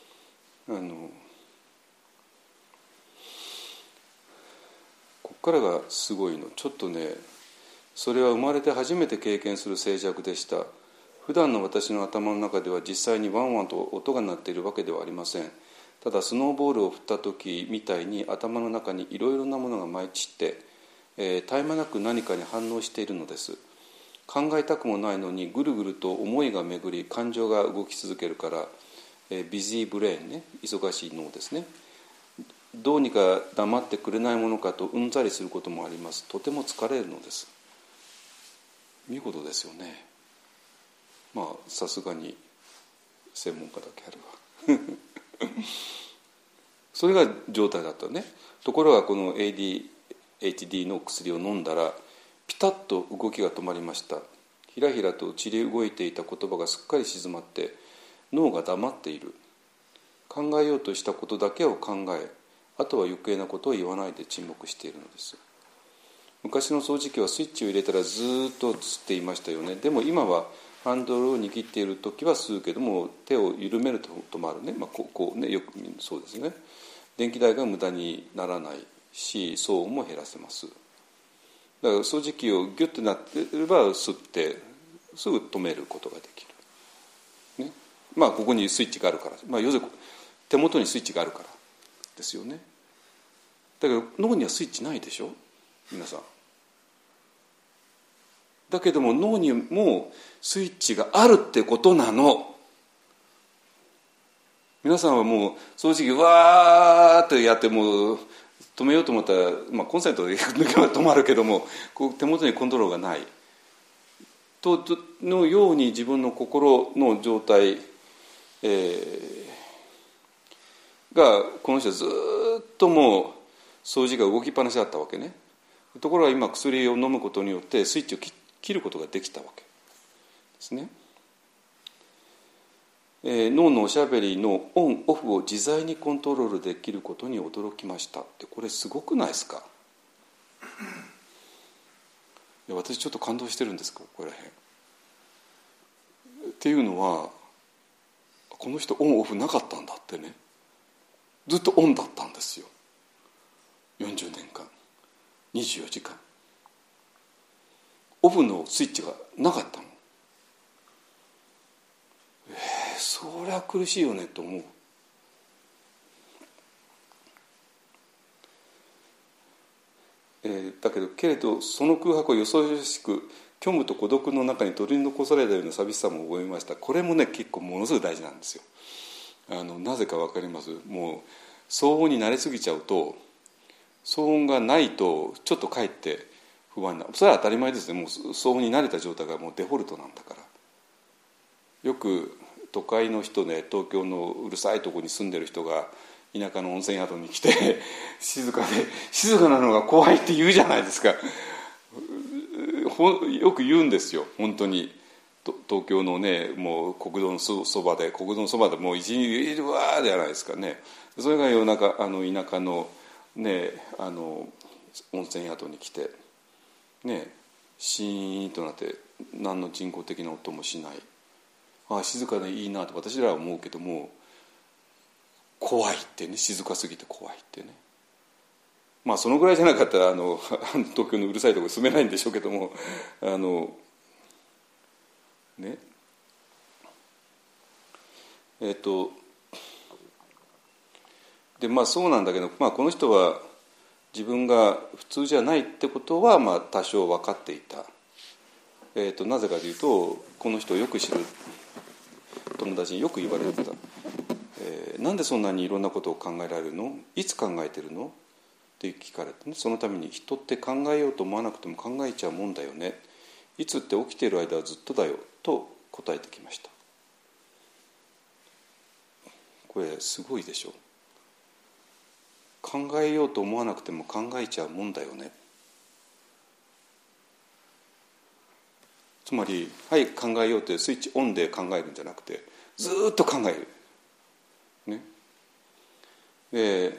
こっからがすごいの。ちょっとね、それは生まれて初めて経験する静寂でした。普段の私の頭の中では実際にワンワンと音が鳴っているわけではありません。ただスノーボールを振った時みたいに頭の中にいろいろなものが舞い散って、絶え間なく何かに反応しているのです。考えたくもないのにぐるぐると思いが巡り、感情が動き続けるから、ビジーブレーンね、忙しい脳ですね。どうにか黙ってくれないものかとうんざりすることもあります。とても疲れるのです。見事ですよね。さすがに専門家だけあるわそれが状態だったね。ところがこの ADHD の薬を飲んだらピタッと動きが止まりました。ひらひらと散り動いていた言葉がすっかり静まって脳が黙っている。考えようとしたことだけを考え、あとは余計なことを言わないで沈黙しているのです。昔の掃除機はスイッチを入れたらずっと吸っていましたよね。でも今はハンドルを握っているときは吸うけども、手を緩めると止まるね。こうね、よくそうですね。電気代が無駄にならないし、騒音も減らせます。だから掃除機をギュッとなっていれば吸ってすぐ止めることができる、ね。ここにスイッチがあるから、要するに手元にスイッチがあるからですよね。だけど脳にはスイッチないでしょ、皆さん。だけども脳にもスイッチがあるってことなの。皆さんはもう掃除機わーっとやっても止めようと思ったら、コンセントで抜けば止まるけども、手元にコントロールがないとのように、自分の心の状態、がこの人はずっともう掃除が動きっぱなしだったわけね。ところが今薬を飲むことによってスイッチを切ることができたわけですね。脳のおしゃべりのオンオフを自在にコントロールできることに驚きましたって、これすごくないですか。いや、私ちょっと感動してるんですここら辺っていうのは、この人オンオフなかったんだってね。ずっとオンだったんですよ。40年間24時間オフのスイッチがなかったの。そりゃ苦しいよねと思う。だけれどその空白をよそよしく虚無と孤独の中に取り残されたような寂しさも覚えました。これもね、結構ものすごい大事なんですよ。なぜか分かります。もう騒音に慣れすぎちゃうと、騒音がないとちょっとかえって不安な、それは当たり前ですね。もう騒音に慣れた状態がもうデフォルトなんだから。よく都会の人ね、東京のうるさいところに住んでる人が田舎の温泉宿に来て静かなのが怖いって言うじゃないですか。よく言うんですよ、本当に。東京のね、もう国道のそばでもう一日いるわーじゃないですかね。それが夜中田舎のね、温泉宿に来てね、シーンとなって何の人工的な音もしない、静かでいいなと私らは思うけども、怖いってね、静かすぎて怖いってね。そのぐらいじゃなかったら東京のうるさいところ住めないんでしょうけども、ね、でそうなんだけど、この人は自分が普通じゃないってことは多少分かっていた。なぜかというと、この人をよく知る友達によく言われてた。なんでそんなにいろんなことを考えられるの？いつ考えてるの？って聞かれてね。そのために人って考えようと思わなくても考えちゃうもんだよね。いつって起きている間はずっとだよと答えてきました。 これすごいでしょ。考えようと思わなくても考えちゃうもんだよね。つまりはい考えようってスイッチオンで考えるんじゃなくてずっと考える、ね、で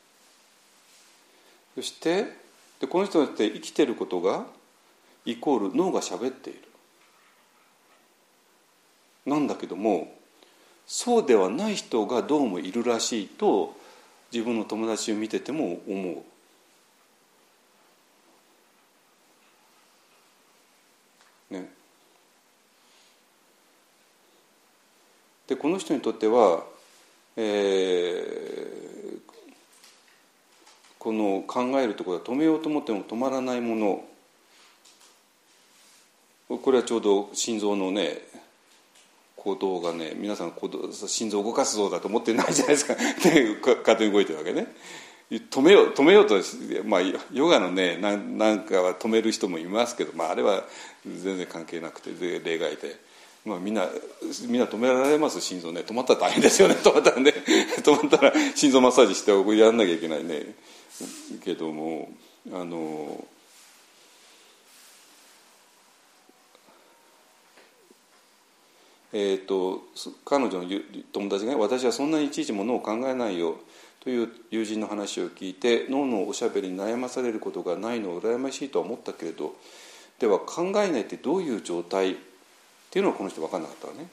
そしてこの人にとって生きてることがイコール脳が喋っているなんだけども、そうではない人がどうもいるらしいと自分の友達を見てても思う。ね、でこの人にとっては、この考えるところは止めようと思っても止まらないもの、これはちょうど心臓のね鼓動がね、皆さん心臓を動かすぞだと思ってないじゃないですかで勝手に動いてるわけね。止めようと、まあ、ヨガのねなんかは止める人もいますけど、まあ、あれは全然関係なくて例外で、まあ、みんな止められます。心臓ね止まったら大変ですよね。止まったら心臓マッサージしてやんなきゃいけないねけども、彼女の友達が、私はそんなにいちいちものを考えないよという友人の話を聞いて、脳のおしゃべりに悩まされることがないのを羨ましいとは思ったけれど、では考えないってどういう状態っていうのはこの人分からなかったわね。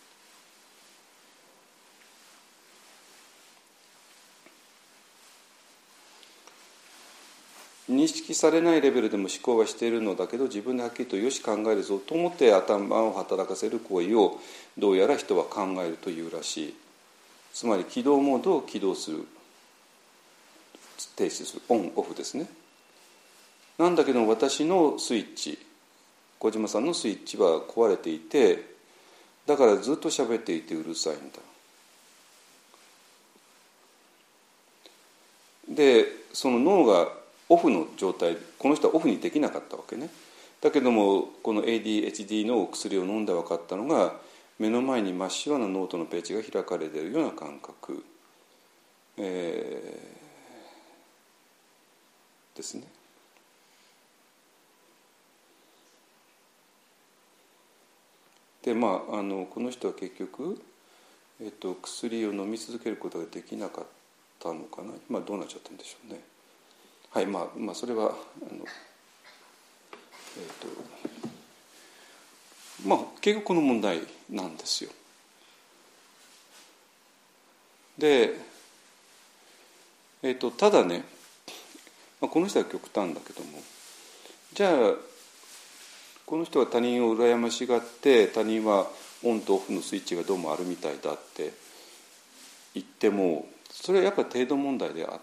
認識されないレベルでも思考はしているのだけど、自分ではっきりとよし考えるぞと思って頭を働かせる行為をどうやら人は考えるというらしい。つまり起動モードを起動する、停止する、オンオフですね。なんだけど私のスイッチ、小島さんのスイッチは壊れていて、だからずっと喋っていてうるさいんだ。でその脳がオフの状態、この人はオフにできなかったわけね。だけどもこの ADHD の薬を飲んで分かったのが、目の前に真っ白なノートのページが開かれているような感覚、ですね。でまあこの人は結局、薬を飲み続けることができなかったのかな。まあどうなっちゃったんでしょうね。はい、まあそれはまあ結局この問題なんですよ。で、ただね、この人は極端だけども、じゃあこの人は他人を羨ましがって、他人はオンとオフのスイッチがどうもあるみたいだって言っても、それはやっぱり程度問題であって、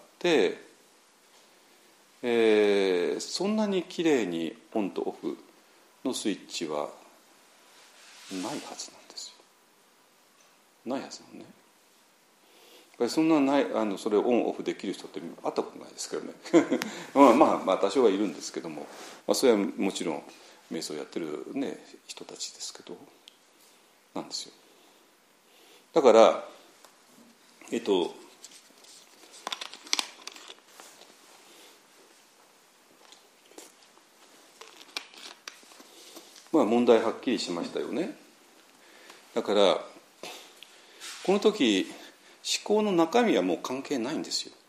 そんなにきれいにオンとオフのスイッチはないはずなんですよ。ないはずなのね。そんなないそれをオンオフできる人って会ったことないですけどねまあ多少はいるんですけども、それはもちろん瞑想やってる、ね、人たちですけどなんですよ。だから問題はっきりしましたよね。だからこの時思考の中身はもう関係ないんですよ。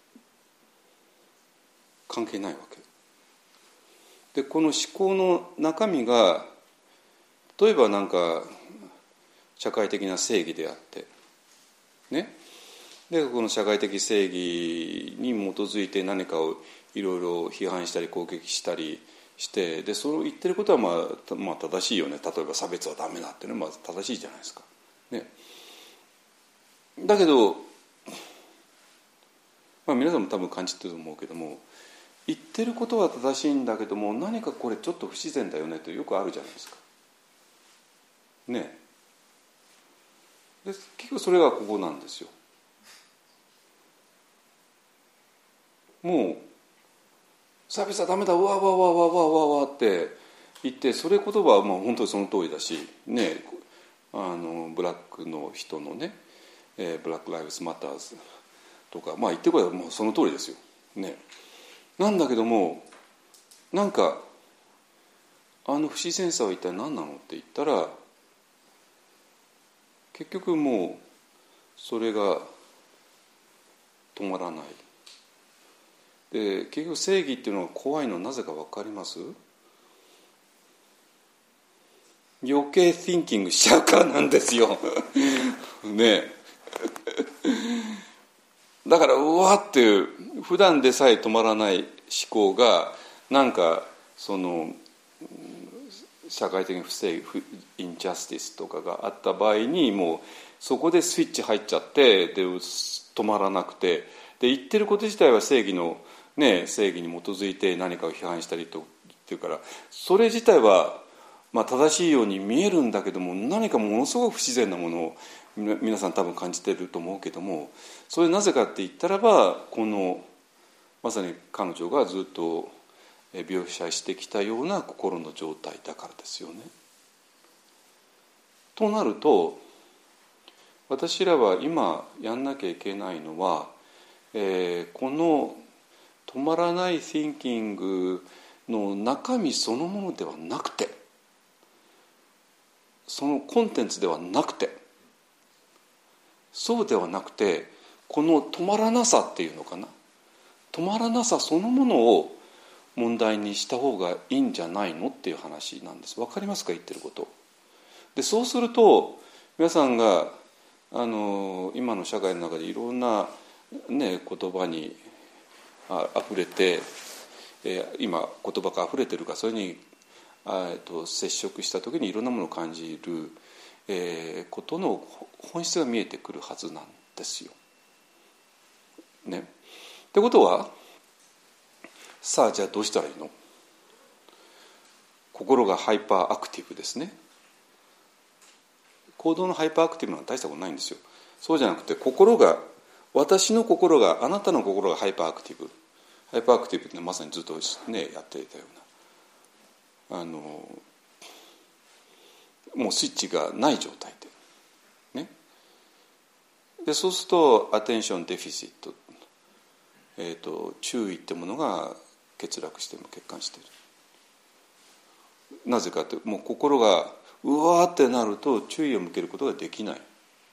関係ないわけで、この思考の中身が例えばなんか社会的な正義であってね、でこの社会的正義に基づいて何かをいろいろ批判したり攻撃したりして、でそれを言ってることはまあ正しいよね。例えば差別はダメだっていうのは正しいじゃないですか、ね、だけど、皆さんも多分感じてると思うけども、言ってることは正しいんだけども、何かこれちょっと不自然だよねってよくあるじゃないですかね。で結局それがここなんですよ。もう差別はダメだ、うわわわわわわわって言って、それ言葉は本当にその通りだしね、ブラックの人のね、 ブラック・ライブズ・マターズとか、まあ言ってこればもうその通りですよ、ね、なんだけどもなんか不自然さは一体何なのって言ったら結局もうそれが止まらないで結局正義っていうのが怖いのはなぜか分かります？余計 thinking しちゃうからなんですよねだからうわっていう普段でさえ止まらない思考がなんかその社会的不正義インジャスティスとかがあった場合にもうそこでスイッチ入っちゃってで止まらなくてで言ってること自体は正義の、ね、正義に基づいて何かを批判したりとっていうからそれ自体はまあ正しいように見えるんだけども何かものすごく不自然なものを皆さん多分感じてると思うけどもそれなぜかって言ったらばこのまさに彼女がずっと描写してきたような心の状態だからですよね。となると私らは今やんなきゃいけないのは、この止まらない thinking の中身そのものではなくてそのコンテンツではなくてそうではなくてこの止まらなさっていうのかな止まらなさそのものを問題にした方がいいんじゃないのっていう話なんです。わかりますか言ってることでそうすると皆さんが今の社会の中でいろんな、ね、言葉にあふれて、今言葉があふれてるかそれに接触した時にいろんなものを感じる、ことの本質が見えてくるはずなんですよ。ね。ってことはさあじゃあどうしたらいいの？心がハイパーアクティブですね。行動のハイパーアクティブなのは大したことないんですよ。そうじゃなくて私の心があなたの心がハイパーアクティブハイパーアクティブってまさにずっとねやっていたようなもうスイッチがない状態でねでそうするとアテンションデフィシット、注意ってものが欠落しても欠陥している。なぜかってもう心がうわーってなると注意を向けることができない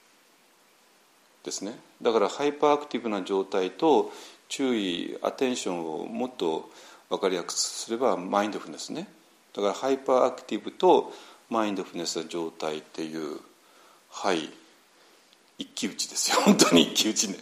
ですね。だからハイパーアクティブな状態と注意アテンションをもっと分かりやすくすればマインドフルネスね。だからハイパーアクティブとマインドフルネスな状態っていうはい一騎打ちですよ。本当に一騎打ちね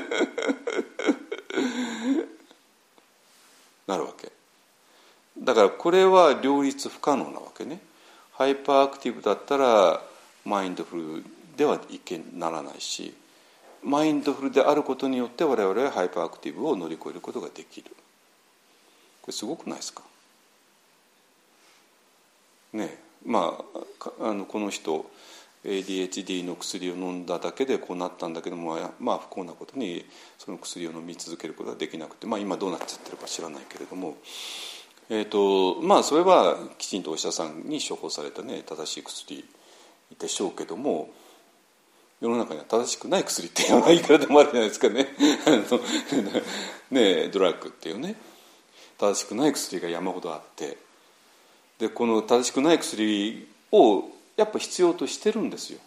なるわけだからこれは両立不可能なわけね。ハイパーアクティブだったらマインドフルではいけならないしマインドフルであることによって我々はハイパーアクティブを乗り越えることができる。これすごくないですかね。まあこの人 ADHD の薬を飲んだだけでこうなったんだけどもまあ不幸なことにその薬を飲み続けることができなくてまあ今どうなっちゃってるか知らないけれどもまあそれはきちんとお医者さんに処方されたね正しい薬でしょうけども世の中には正しくない薬っていうのがいくらでもあるじゃないですかねねドラッグっていうね正しくない薬が山ほどあってでこの正しくない薬をやっぱ必要としてるんですよ。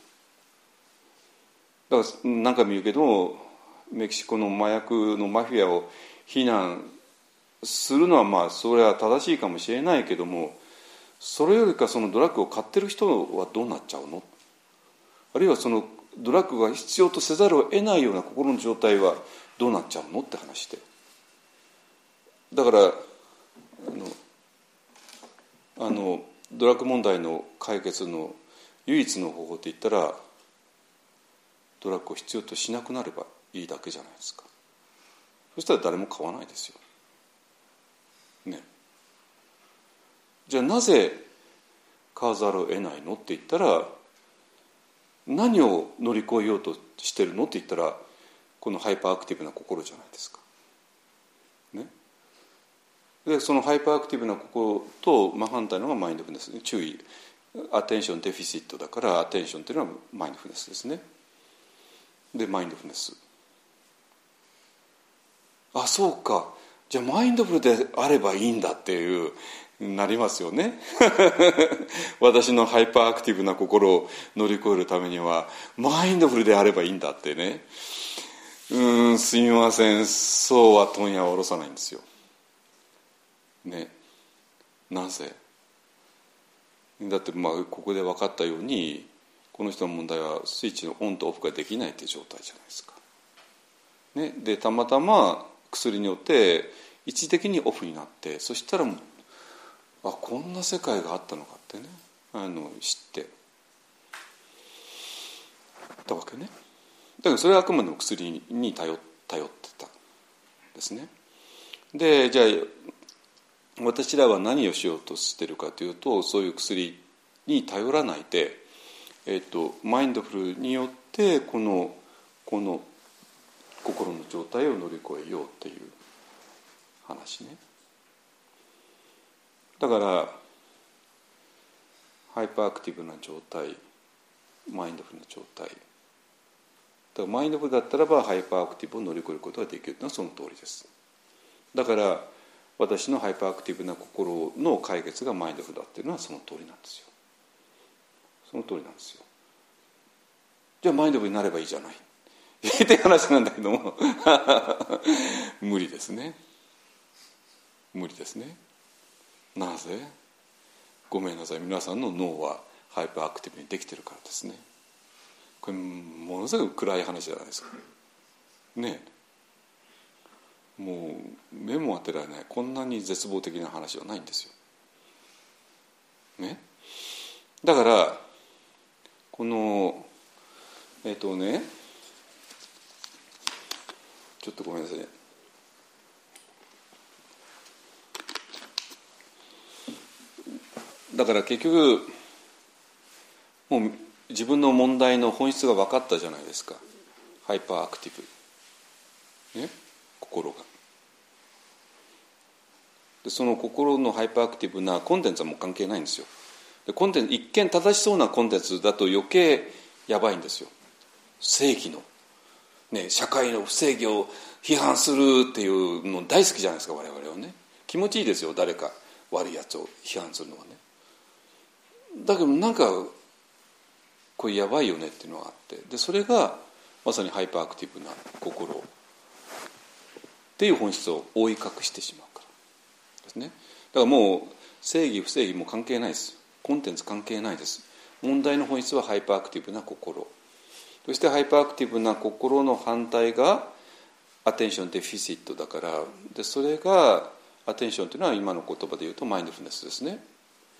だから何回も言うけどメキシコの麻薬のマフィアを非難するのはまあそれは正しいかもしれないけどもそれよりかそのドラッグを買ってる人はどうなっちゃうの？あるいはそのドラッグが必要とせざるを得ないような心の状態はどうなっちゃうのって話でだからドラッグ問題の解決の唯一の方法って言ったらドラッグを必要としなくなればいいだけじゃないですか。そしたら誰も買わないですよね。じゃあなぜ買わざるを得ないのって言ったら何を乗り越えようとしてるのって言ったらこのハイパーアクティブな心じゃないですか、ね、でそのハイパーアクティブな心と真反対のがマインドフルネス、注意アテンションデフィシットだからアテンションというのはマインドフルネスですね。 でマインドフルネス。あ、そうか、じゃあマインドフルであればいいんだっていうなりますよね私のハイパーアクティブな心を乗り越えるためにはマインドフルであればいいんだってね。すみません、そうは問屋を下ろさないんですよね。なぜ？だってここで分かったようにこの人の問題はスイッチのオンとオフができないという状態じゃないですか、ね、でたまたま薬によって一時的にオフになって、そしたらもうこんな世界があったのかってね知ってたわけね。だからそれはあくまでも薬に頼ってたんですね。でじゃあ私らは何をしようとしてるかというと、そういう薬に頼らないで、マインドフルによってこの心の状態を乗り越えようっていう話ね。だからハイパーアクティブな状態、マインドフルな状態だからマインドフルだったらばハイパーアクティブを乗り越えることができるというのはその通りです。だから私のハイパーアクティブな心の解決がマインドフルだっていうのはその通りなんですよ。その通りなんですよ。じゃあマインドフルになればいいじゃないって話なんだけども無理ですね。無理ですね。なぜ？ごめんなさい、皆さんの脳はハイパーアクティブにできてるからですね。これものすごく暗い話じゃないですかね。もう目も当てられない、こんなに絶望的な話はないんですよ、ね、だからこのちょっとごめんなさいね。だから結局もう自分の問題の本質が分かったじゃないですか。ハイパーアクティブ、ね、心が。でその心のハイパーアクティブなコンテンツはもう関係ないんですよ。でコンテンツ一見正しそうなコンテンツだと余計やばいんですよ。正義の、ね、社会の不正義を批判するっていうの大好きじゃないですか我々はね。気持ちいいですよ、誰か悪いやつを批判するのはね。だけどなんかこれやばいよねっていうのがあって、でそれがまさにハイパーアクティブな心っていう本質を覆い隠してしまうからですね。だからもう正義不正義も関係ないです。コンテンツ関係ないです。問題の本質はハイパーアクティブな心。そしてハイパーアクティブな心の反対がアテンションデフィシットだから、でそれがアテンションというのは今の言葉で言うとマインドフルネスですね。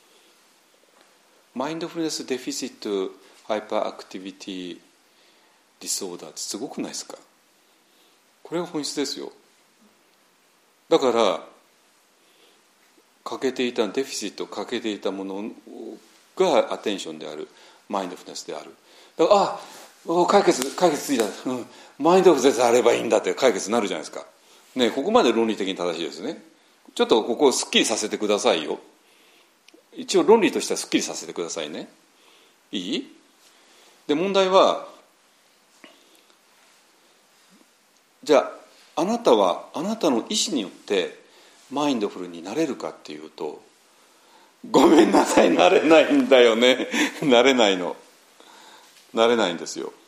マインドフルネスデフィシットハイパーアクティビティディソーダーってすごくないですか。これが本質ですよ。だから欠けていたデフィシット欠けていたものがアテンションである、マインドフルネスである。だから解決ついた、マインドフルネスであればいいんだって解決になるじゃないですか、ね、ここまで論理的に正しいですね。ちょっとここをすっきりさせてくださいよ。一応論理としてはすっきりさせてくださいね。いい？で問題はじゃああなたはあなたの意思によってマインドフルになれるかっていうと、ごめんなさい、なれないんだよねなれないんですよ。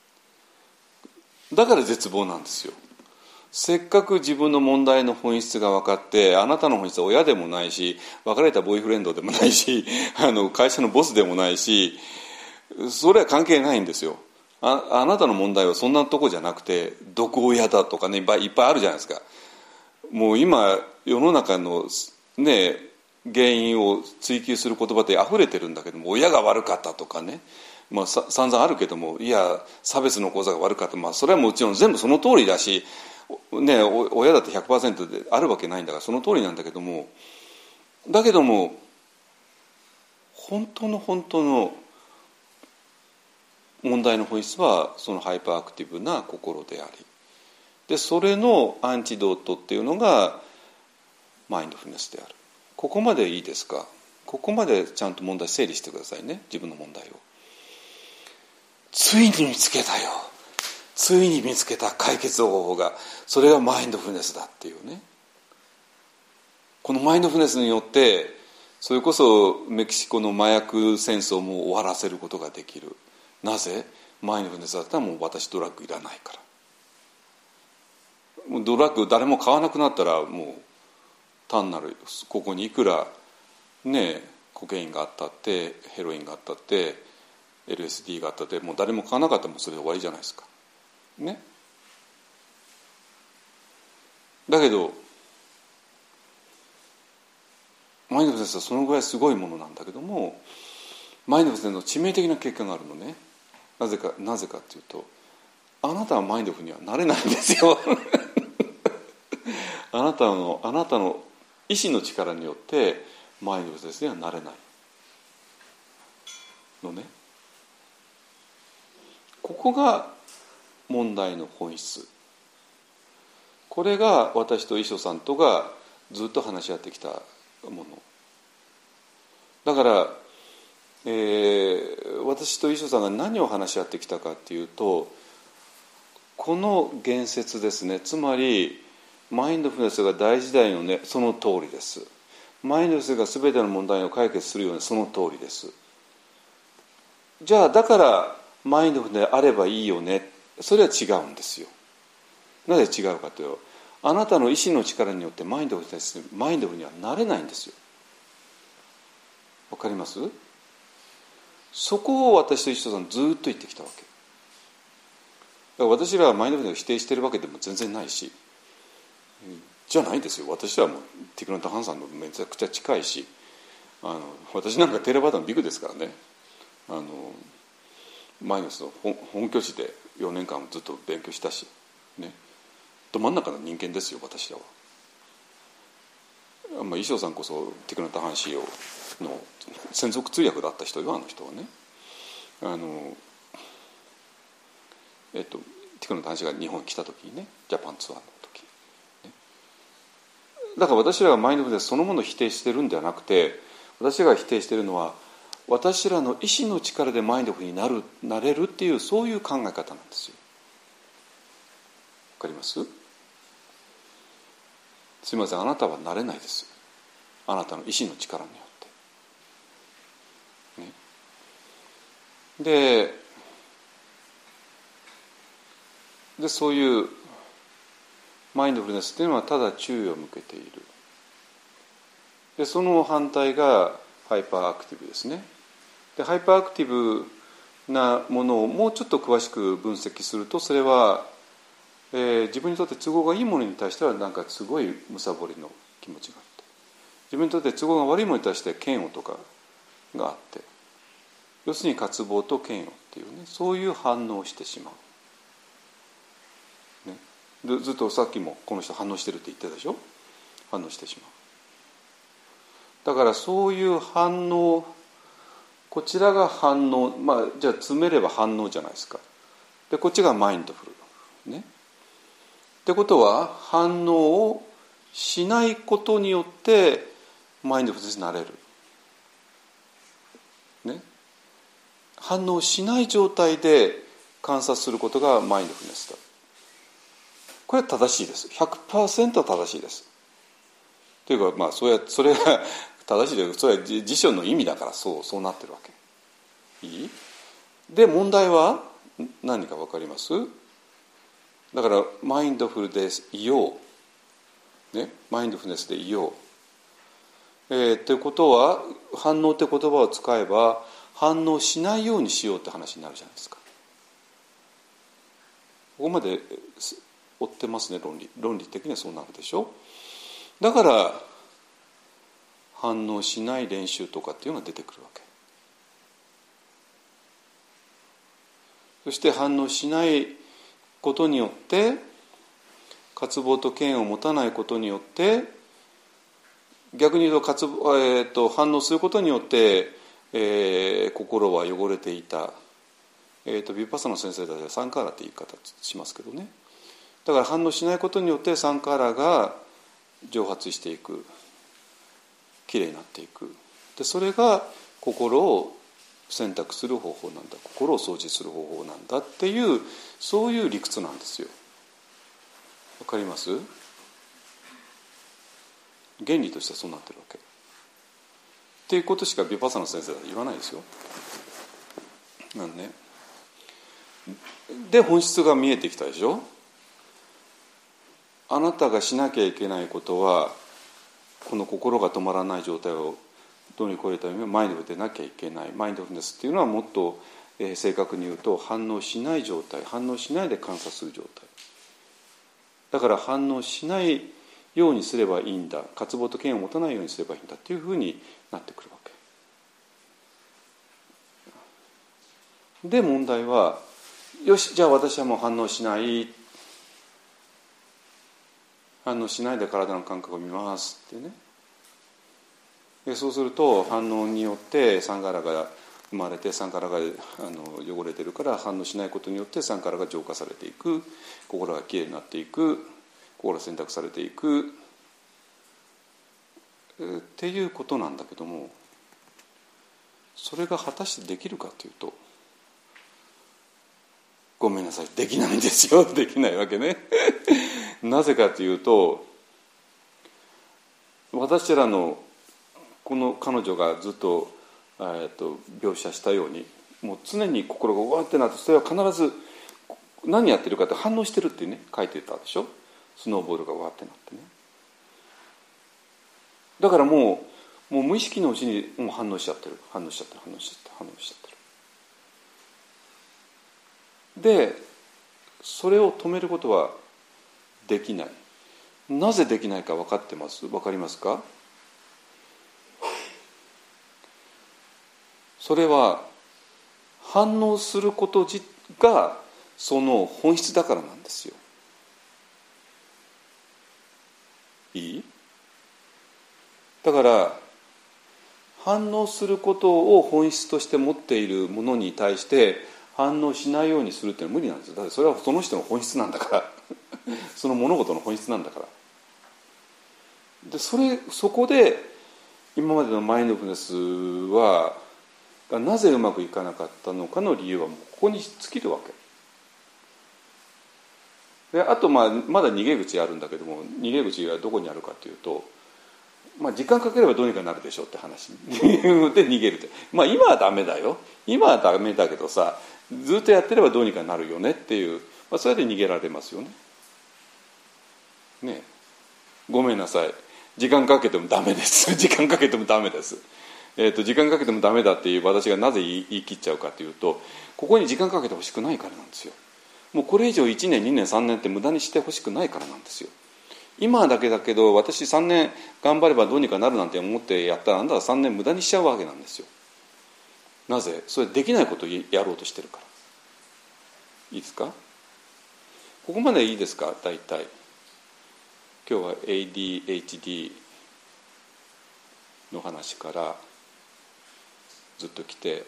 だから絶望なんですよ。せっかく自分の問題の本質が分かって、あなたの本質は親でもないし別れたボーイフレンドでもないし会社のボスでもないし、それは関係ないんですよ。あなたの問題はそんなとこじゃなくて毒親だとかね、いっぱいあるじゃないですか。もう今世の中のね原因を追求する言葉で溢れてるんだけども、親が悪かったとかね、散々あるけども、いや差別の構造が悪かった、それはもちろん全部その通りだし、ね、親だって 100% であるわけないんだからその通りなんだけども、本当の問題の本質はそのハイパーアクティブな心であり、でそれのアンチドートっていうのがマインドフルネスである。ここまでいいですか。ここまでちゃんと問題整理してくださいね、自分の問題を。ついに見つけたよ、 ついに見つけた解決方法が、それがマインドフルネスだっていうね。このマインドフルネスによってそれこそメキシコの麻薬戦争も終わらせることができる。なぜ？マインドフルネスだったらもう私ドラッグいらないから。もうドラッグ誰も買わなくなったらもう単なるここにいくらねコケインがあったってヘロインがあったって LSD があったってもう誰も買わなかったらもうそれで終わりじゃないですかね。だけどマインドフルネスはそのぐらいすごいものなんだけども、マインドフルネスの致命的な結果があるのね。なぜかっていうと、あなたはマインドフルにはなれないんですよあなたの意志の力によってマインドフルネスにはなれないのね。ここが問題の本質。これが私と遺書さんとがずっと話し合ってきたものだから、私と遺書さんが何を話し合ってきたかっていうと、この言説ですね。つまりマインドフルネスが大事だよね、その通りです。マインドフルネスが全ての問題を解決するよね、その通りです。じゃあだからマインドフルであればいいよね、それは違うんですよ。なぜ違うかというと、あなたの意志の力によってマインドフルにはなれないんですよ。わかります？そこを私と一緒さんずっと言ってきたわけ。だから私らはマインドフルを否定しているわけでも全然ないし、じゃないですよ。私はもうティクナタ・ハンさんのめちゃくちゃ近いし、私なんかテーラバーダのビッグですからね。マイナスの本拠地で4年間ずっと勉強したし、ね、ど真ん中の人間ですよ、私らは。衣装さんこそティクナタ・ハン氏の専属通訳だった人よ、あの人はね。ティクナタ・ハン氏が日本に来た時にね、ジャパンツアーの時、ね、だから私らがマインドフルネスそのものを否定してるんではなくて、私が否定しているのは私らの意志の力でマインドフルになれるっていう、そういう考え方なんですよ。わかります？すみません、あなたはなれないです。あなたの意志の力によって、ね、でそういうマインドフルネスっていうのはただ注意を向けている。でその反対がハイパーアクティブですね。でハイパーアクティブなものをもうちょっと詳しく分析すると、それは、自分にとって都合がいいものに対してはなんかすごい貪りの気持ちがあって、自分にとって都合が悪いものに対して嫌悪とかがあって、要するに渇望と嫌悪っていうね、そういう反応をしてしまう、ね、でずっとさっきもこの人反応してるって言ってたでしょ。反応してしまう。だからそういう反応、こちらが反応、じゃあ詰めれば反応じゃないですか。でこっちがマインドフルね。ってことは反応をしないことによってマインドフルになれる、ね、反応しない状態で観察することがマインドフルネスだ。これは正しいです。 100% 正しいです。というかそれが正しいというか、それは辞書の意味だからそうなってるわけ。いい？で問題は何か分かります？だからマインドフルでいよう、ね、マインドフルネスでいよう、ということは反応って言葉を使えば反応しないようにしようって話になるじゃないですか。ここまで追ってますね。論理的にはそうなるでしょ。だから反応しない練習とかっていうのが出てくるわけ。そして反応しないことによって、渇望と嫌悪を持たないことによって、逆に言うと反応することによって、心は汚れていた、ヴィパッサナの先生たちはサンカーラって言い方しますけどね。だから反応しないことによってサンカーラが蒸発していく、きれいになっていく。でそれが心を選択する方法なんだ、心を掃除する方法なんだっていう、そういう理屈なんですよ。わかります？原理としてはそうなってるわけっていうことしかヴィパッサナ先生は言わないですよ。なんね、で本質が見えてきたでしょ。あなたがしなきゃいけないことは、この心が止まらない状態を乗り越えるためにはマインドフルでなきゃいけない。マインドフルネスっていうのはもっと、正確に言うと反応しない状態、反応しないで観察する状態だから、反応しないようにすればいいんだ、渇望と嫌悪を持たないようにすればいいんだっていうふうになってくるわけで、問題はよし、じゃあ私はもう反応しない、反応しないで体の感覚を見ますってね。でそうすると反応によってサンカラが生まれて、サンカラが汚れてるから反応しないことによってサンカラが浄化されていく、心がきれいになっていく、心が選択されていくっていうことなんだけども、それが果たしてできるかというと、ごめんなさい、できないんですよ。できないわけね。なぜかというと、私らのこの彼女がずっと描写したように、もう常に心がわーってなって、それは必ず何やってるかって反応してるってね、書いてたでしょ。スノーボールがわーってなってね。だからもう無意識のうちにもう反応しちゃってる、反応しちゃってる、反応しちゃってる、反応しちゃってる。でそれを止めることはできない。なぜできないか分かってます？分かりますか？それは反応することがその本質だからなんですよ。いい？だから反応することを本質として持っているものに対して反応しないようにするっていうのは無理なんですよ。だってそれはその人の本質なんだからその物事の本質なんだから。でそこで今までのマインドフルネスはなぜうまくいかなかったのかの理由はもうここに尽きるわけで、あとまだ逃げ口あるんだけども、逃げ口はどこにあるかというと、時間かければどうにかなるでしょうって話で逃げるって、今はダメだよ、今はダメだけどさ、ずっとやってればどうにかなるよねっていう、それで逃げられますよね。ね、ごめんなさい、時間かけてもダメです時間かけてもダメです。時間かけてもダメだっていう私がなぜ言い切っちゃうかというと、ここに時間かけてほしくないからなんですよ。もうこれ以上1年2年3年って無駄にしてほしくないからなんですよ。今だけだけど私3年頑張ればどうにかなるなんて思ってやったら、あんたは3年無駄にしちゃうわけなんですよ。なぜ？それできないことをやろうとしてるから。いいですか？ここまでいいですか？大体今日は ADHD の話からずっと来て、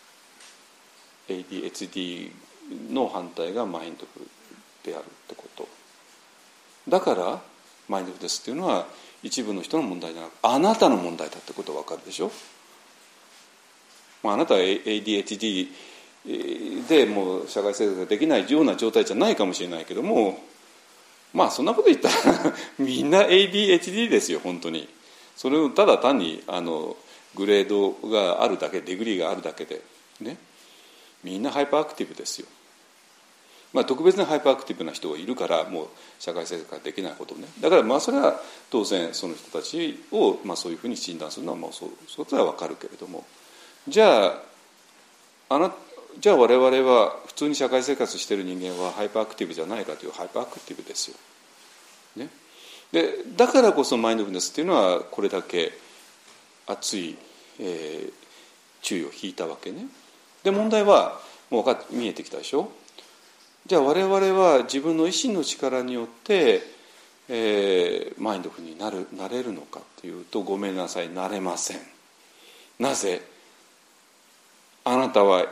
ADHD の反対がマインドフルであるってこと。だからマインドフルネスっていうのは一部の人の問題じゃなく、あなたの問題だってことが分かるでしょ。あなたは ADHD でもう社会生活ができないような状態じゃないかもしれないけども、そんなこと言ったらみんな ADHD ですよ本当に。それをただ単にグレードがあるだけ、デグリーがあるだけでね、みんなハイパーアクティブですよ。特別にハイパーアクティブな人がいるからもう社会生活ができないことね。だからそれは当然その人たちをそういうふうに診断するのはそういうことは分かるけれども、じゃあ我々は普通に社会生活している人間はハイパーアクティブじゃないかという、ハイパーアクティブですよ、ね、でだからこそマインドフルネスっていうのはこれだけ熱い、注意を引いたわけね。で問題はもう見えてきたでしょ。じゃあ我々は自分の意志の力によって、マインドフルになれるのかというと、ごめんなさい、なれません。なぜ？あなたは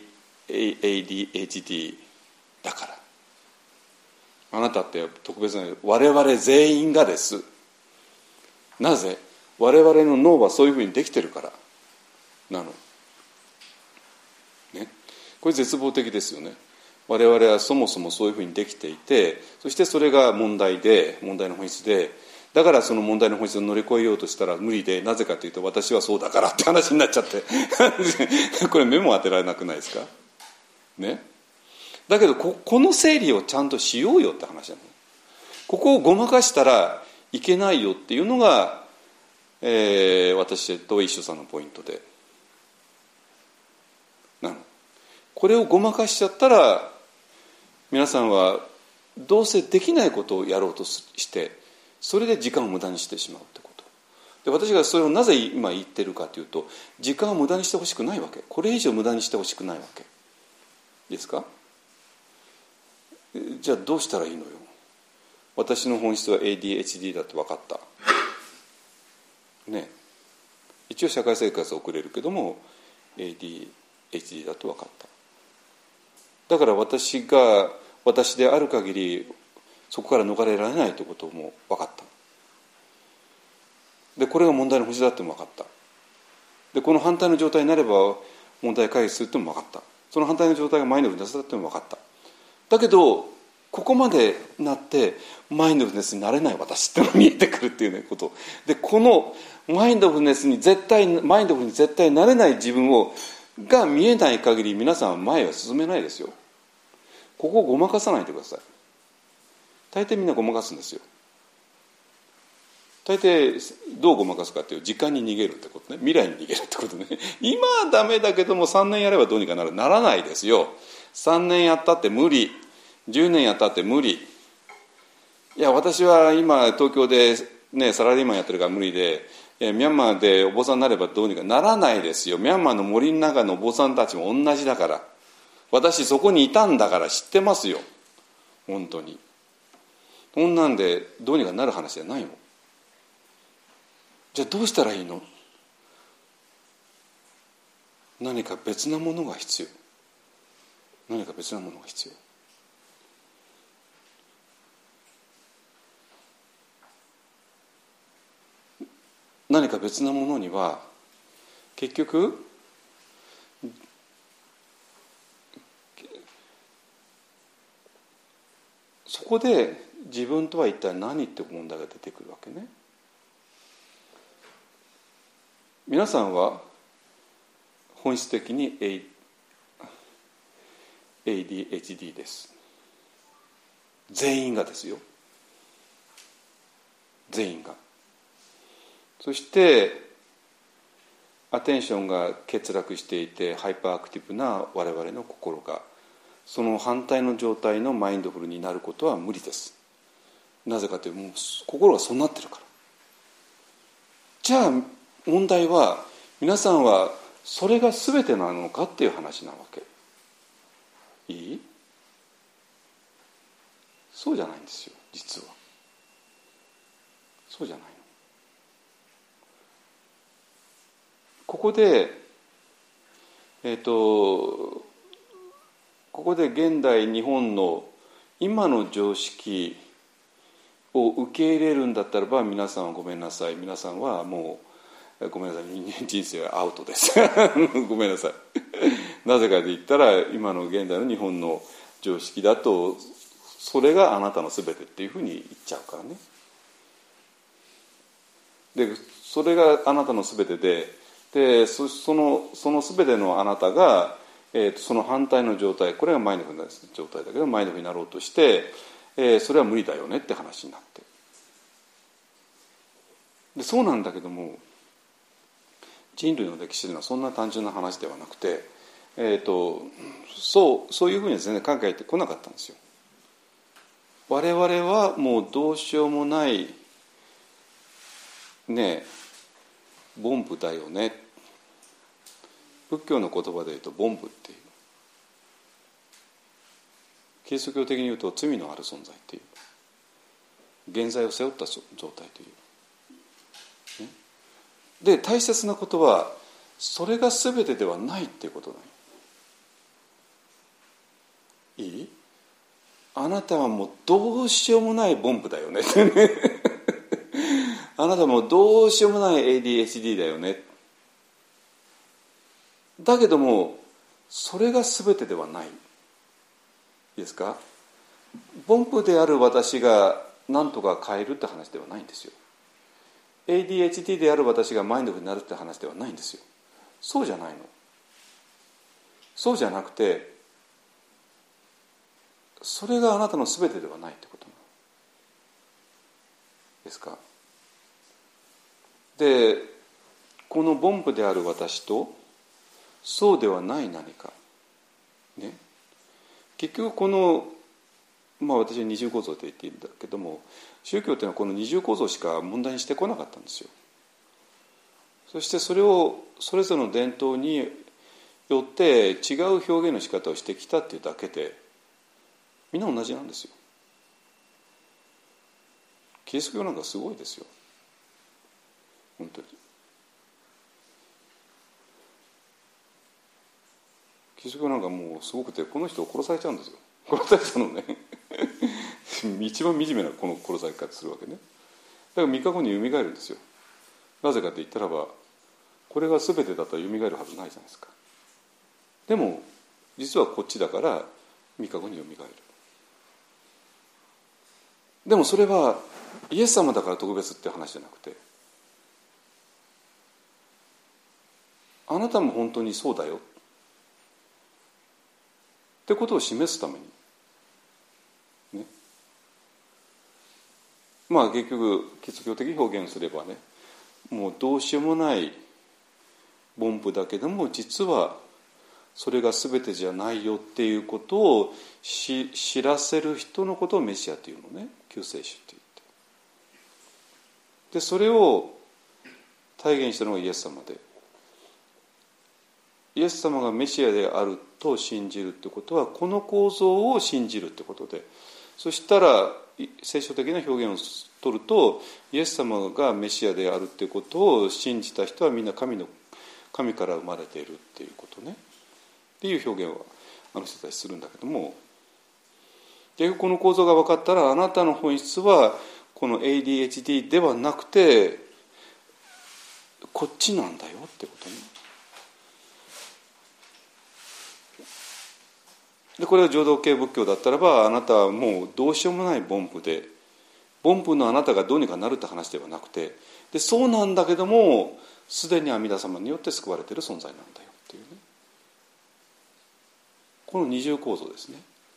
ADHD だから。あなたって特別な、我々全員がです。なぜ？我々の脳はそういうふうにできてるからなの。 これ絶望的ですよね。我々はそもそもそういうふうにできていて、そしてそれが問題の本質で、だからその問題の本質を乗り越えようとしたら無理で、なぜかというと私はそうだからって話になっちゃってこれ目も当てられなくないですかね。だけど この整理をちゃんとしようよって話なの。ここをごまかしたらいけないよっていうのが、私と一緒さんのポイントでなの。これをごまかしちゃったら皆さんはどうせできないことをやろうとして、それで時間を無駄にしてしまうってことで、私がそれをなぜ今言ってるかというと、時間を無駄にしてほしくないわけ。これ以上無駄にしてほしくないわけですか。じゃあどうしたらいいのよ。私の本質は ADHD だって分かったね。一応社会生活を送れるけども ADHD だと分かった。だから私が私である限りそこから逃れられないということも分かった。でこれが問題の本質だっても分かった。でこの反対の状態になれば問題解決するっても分かった。その反対の状態がマインドフルネスだっても分かった。だけどここまでなってマインドフルネスになれない私ってのが見えてくるっていうねことで、このマインドフルに絶対なれない自分が見えない限り皆さんは前は進めないですよ。ここをごまかさないでください。大抵みんなごまかすんですよ。大抵どうごまかすかっていう、時間に逃げるってことね。未来に逃げるってことね。今はダメだけども3年やればどうにかなる。ならないですよ。3年やったって無理、10年やったって無理。いや私は今東京で、ね、サラリーマンやってるから無理で、ミャンマーでお坊さんになればどうにかならないですよ。ミャンマーの森の中のお坊さんたちも同じだから。私そこにいたんだから知ってますよ。本当に。そんなんでどうにかなる話じゃないの。じゃあどうしたらいいの。何か別なものが必要。何か別なものが必要。何か別なものには結局そこで自分とは一体何って問題が出てくるわけね。皆さんは本質的に ADHD です。全員がですよ。全員が。そしてアテンションが欠落していてハイパーアクティブな我々の心がその反対の状態のマインドフルになることは無理です。なぜかというともう心がそうなってるから。じゃあ問題は皆さんはそれが全てなのかっていう話なわけ。いい？そうじゃないんですよ、実は。そうじゃないの。ここで現代日本の今の常識を受け入れるんだったらば、皆さんはごめんなさい。皆さんはもうごめんなさい、人生はアウトですごめんなさいなぜかと言ったら今の現代の日本の常識だとそれがあなたの全てっていうふうに言っちゃうからね。でそれがあなたの全てでその全てのあなたが、その反対の状態、これがマインドフルな状態だけどマインドフルになろうとして、それは無理だよねって話になって、でそうなんだけども人類の歴史というのはそんな単純な話ではなくて、そういうふうには全然考えてこなかったんですよ。我々はもうどうしようもないね凡夫だよね。仏教の言葉で言うと凡夫っていう、キリスト教的に言うと罪のある存在っていう、現在を背負った状態という、ね、で大切なことはそれが全てではないっていうことだよ。いい？あなたはもうどうしようもない凡夫だよねあなたはもうどうしようもない ADHD だよね。だけどもそれが全てではない。いいですか。凡夫である私が何とか変えるって話ではないんですよ。ADHD である私がマインドフルになるって話ではないんですよ。そうじゃないの。そうじゃなくて、それがあなたの全てではないってことですか。で、この凡夫である私とそうではない何か、ね、結局この、私は二重構造と言っているんだけども、宗教というのはこの二重構造しか問題にしてこなかったんですよ。そしてそれをそれぞれの伝統によって違う表現の仕方をしてきたっていうだけで、みんな同じなんですよ。キリスト教なんかすごいですよ、本当に。キリスト教なんかもうすごくて、この人を殺されちゃうんですよ。殺されちゃうのね一番惨めなこの殺され方するわけね。だから3日後に蘇るんですよ。なぜかと言ったらば、これが全てだったら蘇るはずないじゃないですか。でも実はこっちだから3日後に蘇る。でもそれはイエス様だから特別って話じゃなくて、あなたも本当にそうだよってことを示すためにね。結局キリスト教的表現をすればね、もうどうしようもない凡夫だけども、実はそれが全てじゃないよっていうことを知らせる人のことをメシアというのね、救世主って言って、でそれを体現したのがイエス様で、イエス様がメシアであると信じるってことは、この構造を信じるってことで、そしたら聖書的な表現を取ると、イエス様がメシアであるっていうことを信じた人はみんな神から生まれているっていうことね、っていう表現をあの人たちするんだけども、結局この構造が分かったら、あなたの本質はこの ADHD ではなくてこっちなんだよってことね。でこれは浄土系仏教だったらば、あなたはもうどうしようもない凡夫で、凡夫のあなたがどうにかなるって話ではなくて、でそうなんだけどもすでに阿弥陀様によって救われている存在なんだよっていうね、この二重構造ですね。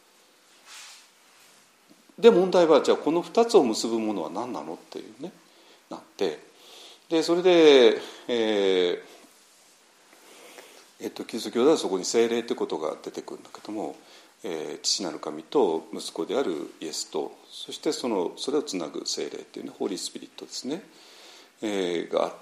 で問題は、じゃあこの2つを結ぶものは何なのっていうねなって、でそれで、キリスト教ではそこに聖霊ということが出てくるんだけども、父なる神と息子であるイエスと、そしてそれをつなぐ聖霊っていうね、ホーリースピリットですね、があって、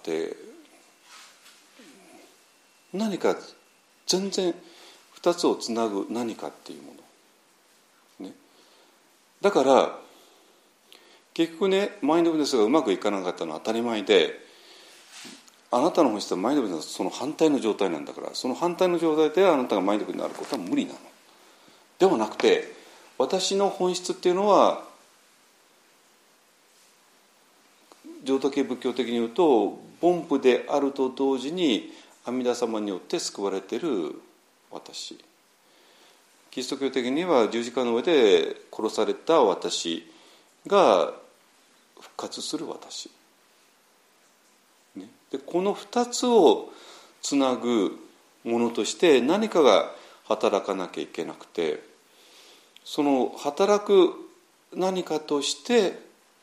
何か全然2つをつなぐ何かっていうもの、ね、だから結局ね、マインドフルネスがうまくいかなかったのは当たり前で、あなたの本質はマインドフルネスのその反対の状態なんだから、その反対の状態であなたがマインドフルになることは無理なのではなくて、私の本質っていうのは浄土系仏教的に言うと、凡夫であると同時に阿弥陀様によって救われている私、キリスト教的には十字架の上で殺された私が復活する私、ね、でこの2つをつなぐものとして何かが働かなきゃいけなくて、その働く何かとして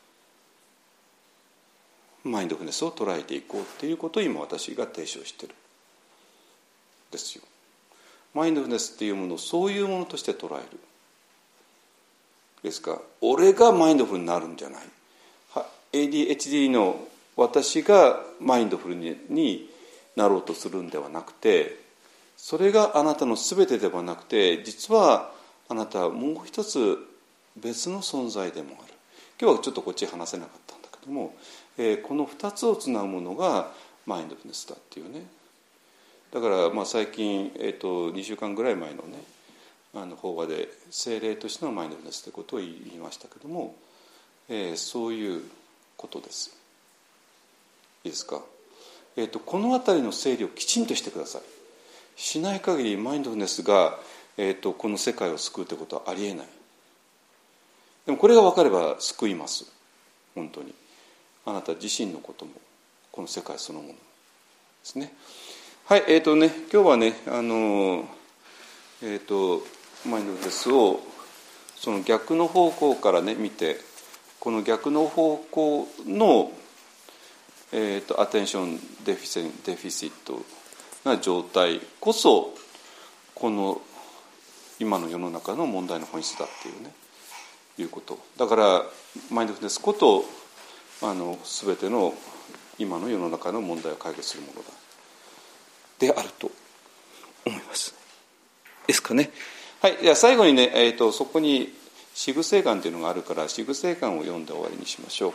マインドフルネスを捉えていこうっていうことを今私が提唱してるんですよ。マインドフルネスっていうものをそういうものとして捉えるですか。俺がマインドフルになるんじゃない、ADHD の私がマインドフルになろうとするんではなくて、それがあなたの全てではなくて、実はあなたはもう一つ別の存在でもある。今日はちょっとこっち話せなかったんだけども、この2つをつなぐものがマインドフルネスだっていうね。だから最近、2週間ぐらい前のね法話で聖霊としてのマインドフルネスということを言いましたけども、そういうことです。いいですか。この辺りの整理をきちんとしてください。 しない限りマインドフルネスが、この世界を救うということはありえない。でもこれが分かれば救います。本当にあなた自身のこともこの世界そのものですね。はい、今日はねマインドフルネスをその逆の方向からね見て、この逆の方向の、アテンションデフィシットな状態こそこの今の世の中の問題の本質だっていうねいうことだから、マインドフルネスこと全ての今の世の中の問題を解決するものだであると思いますですかね。はい、では最後にね、そこに四愚聖願というのがあるから、四愚聖願を読んで終わりにしましょう。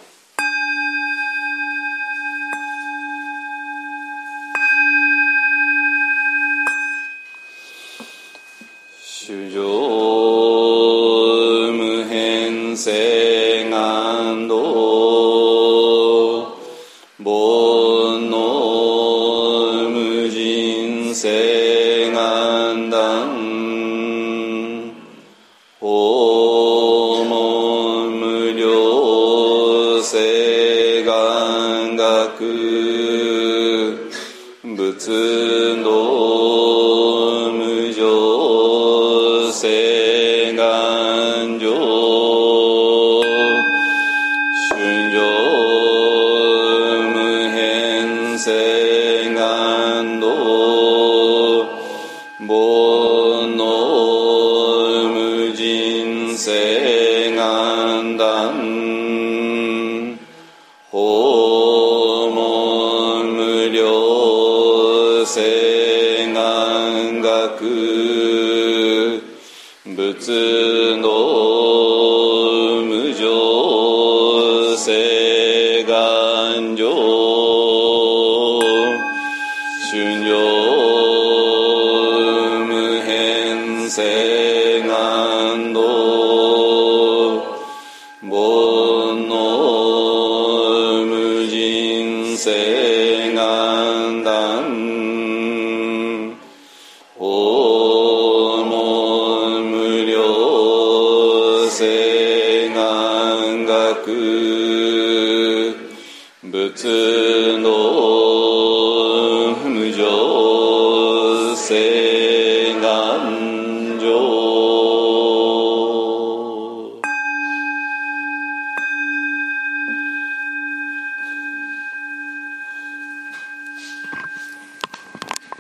主上無変聖願道、煩悩無尽聖願断、訪問無量聖願学、仏道無常聖願上、春上無変聖願道、煩悩無尽聖願断、訪問無量聖願学、仏道無常聖願上、春上無変聖願道、煩悩無尽聖願断、訪問無量聖願学、仏道無常聖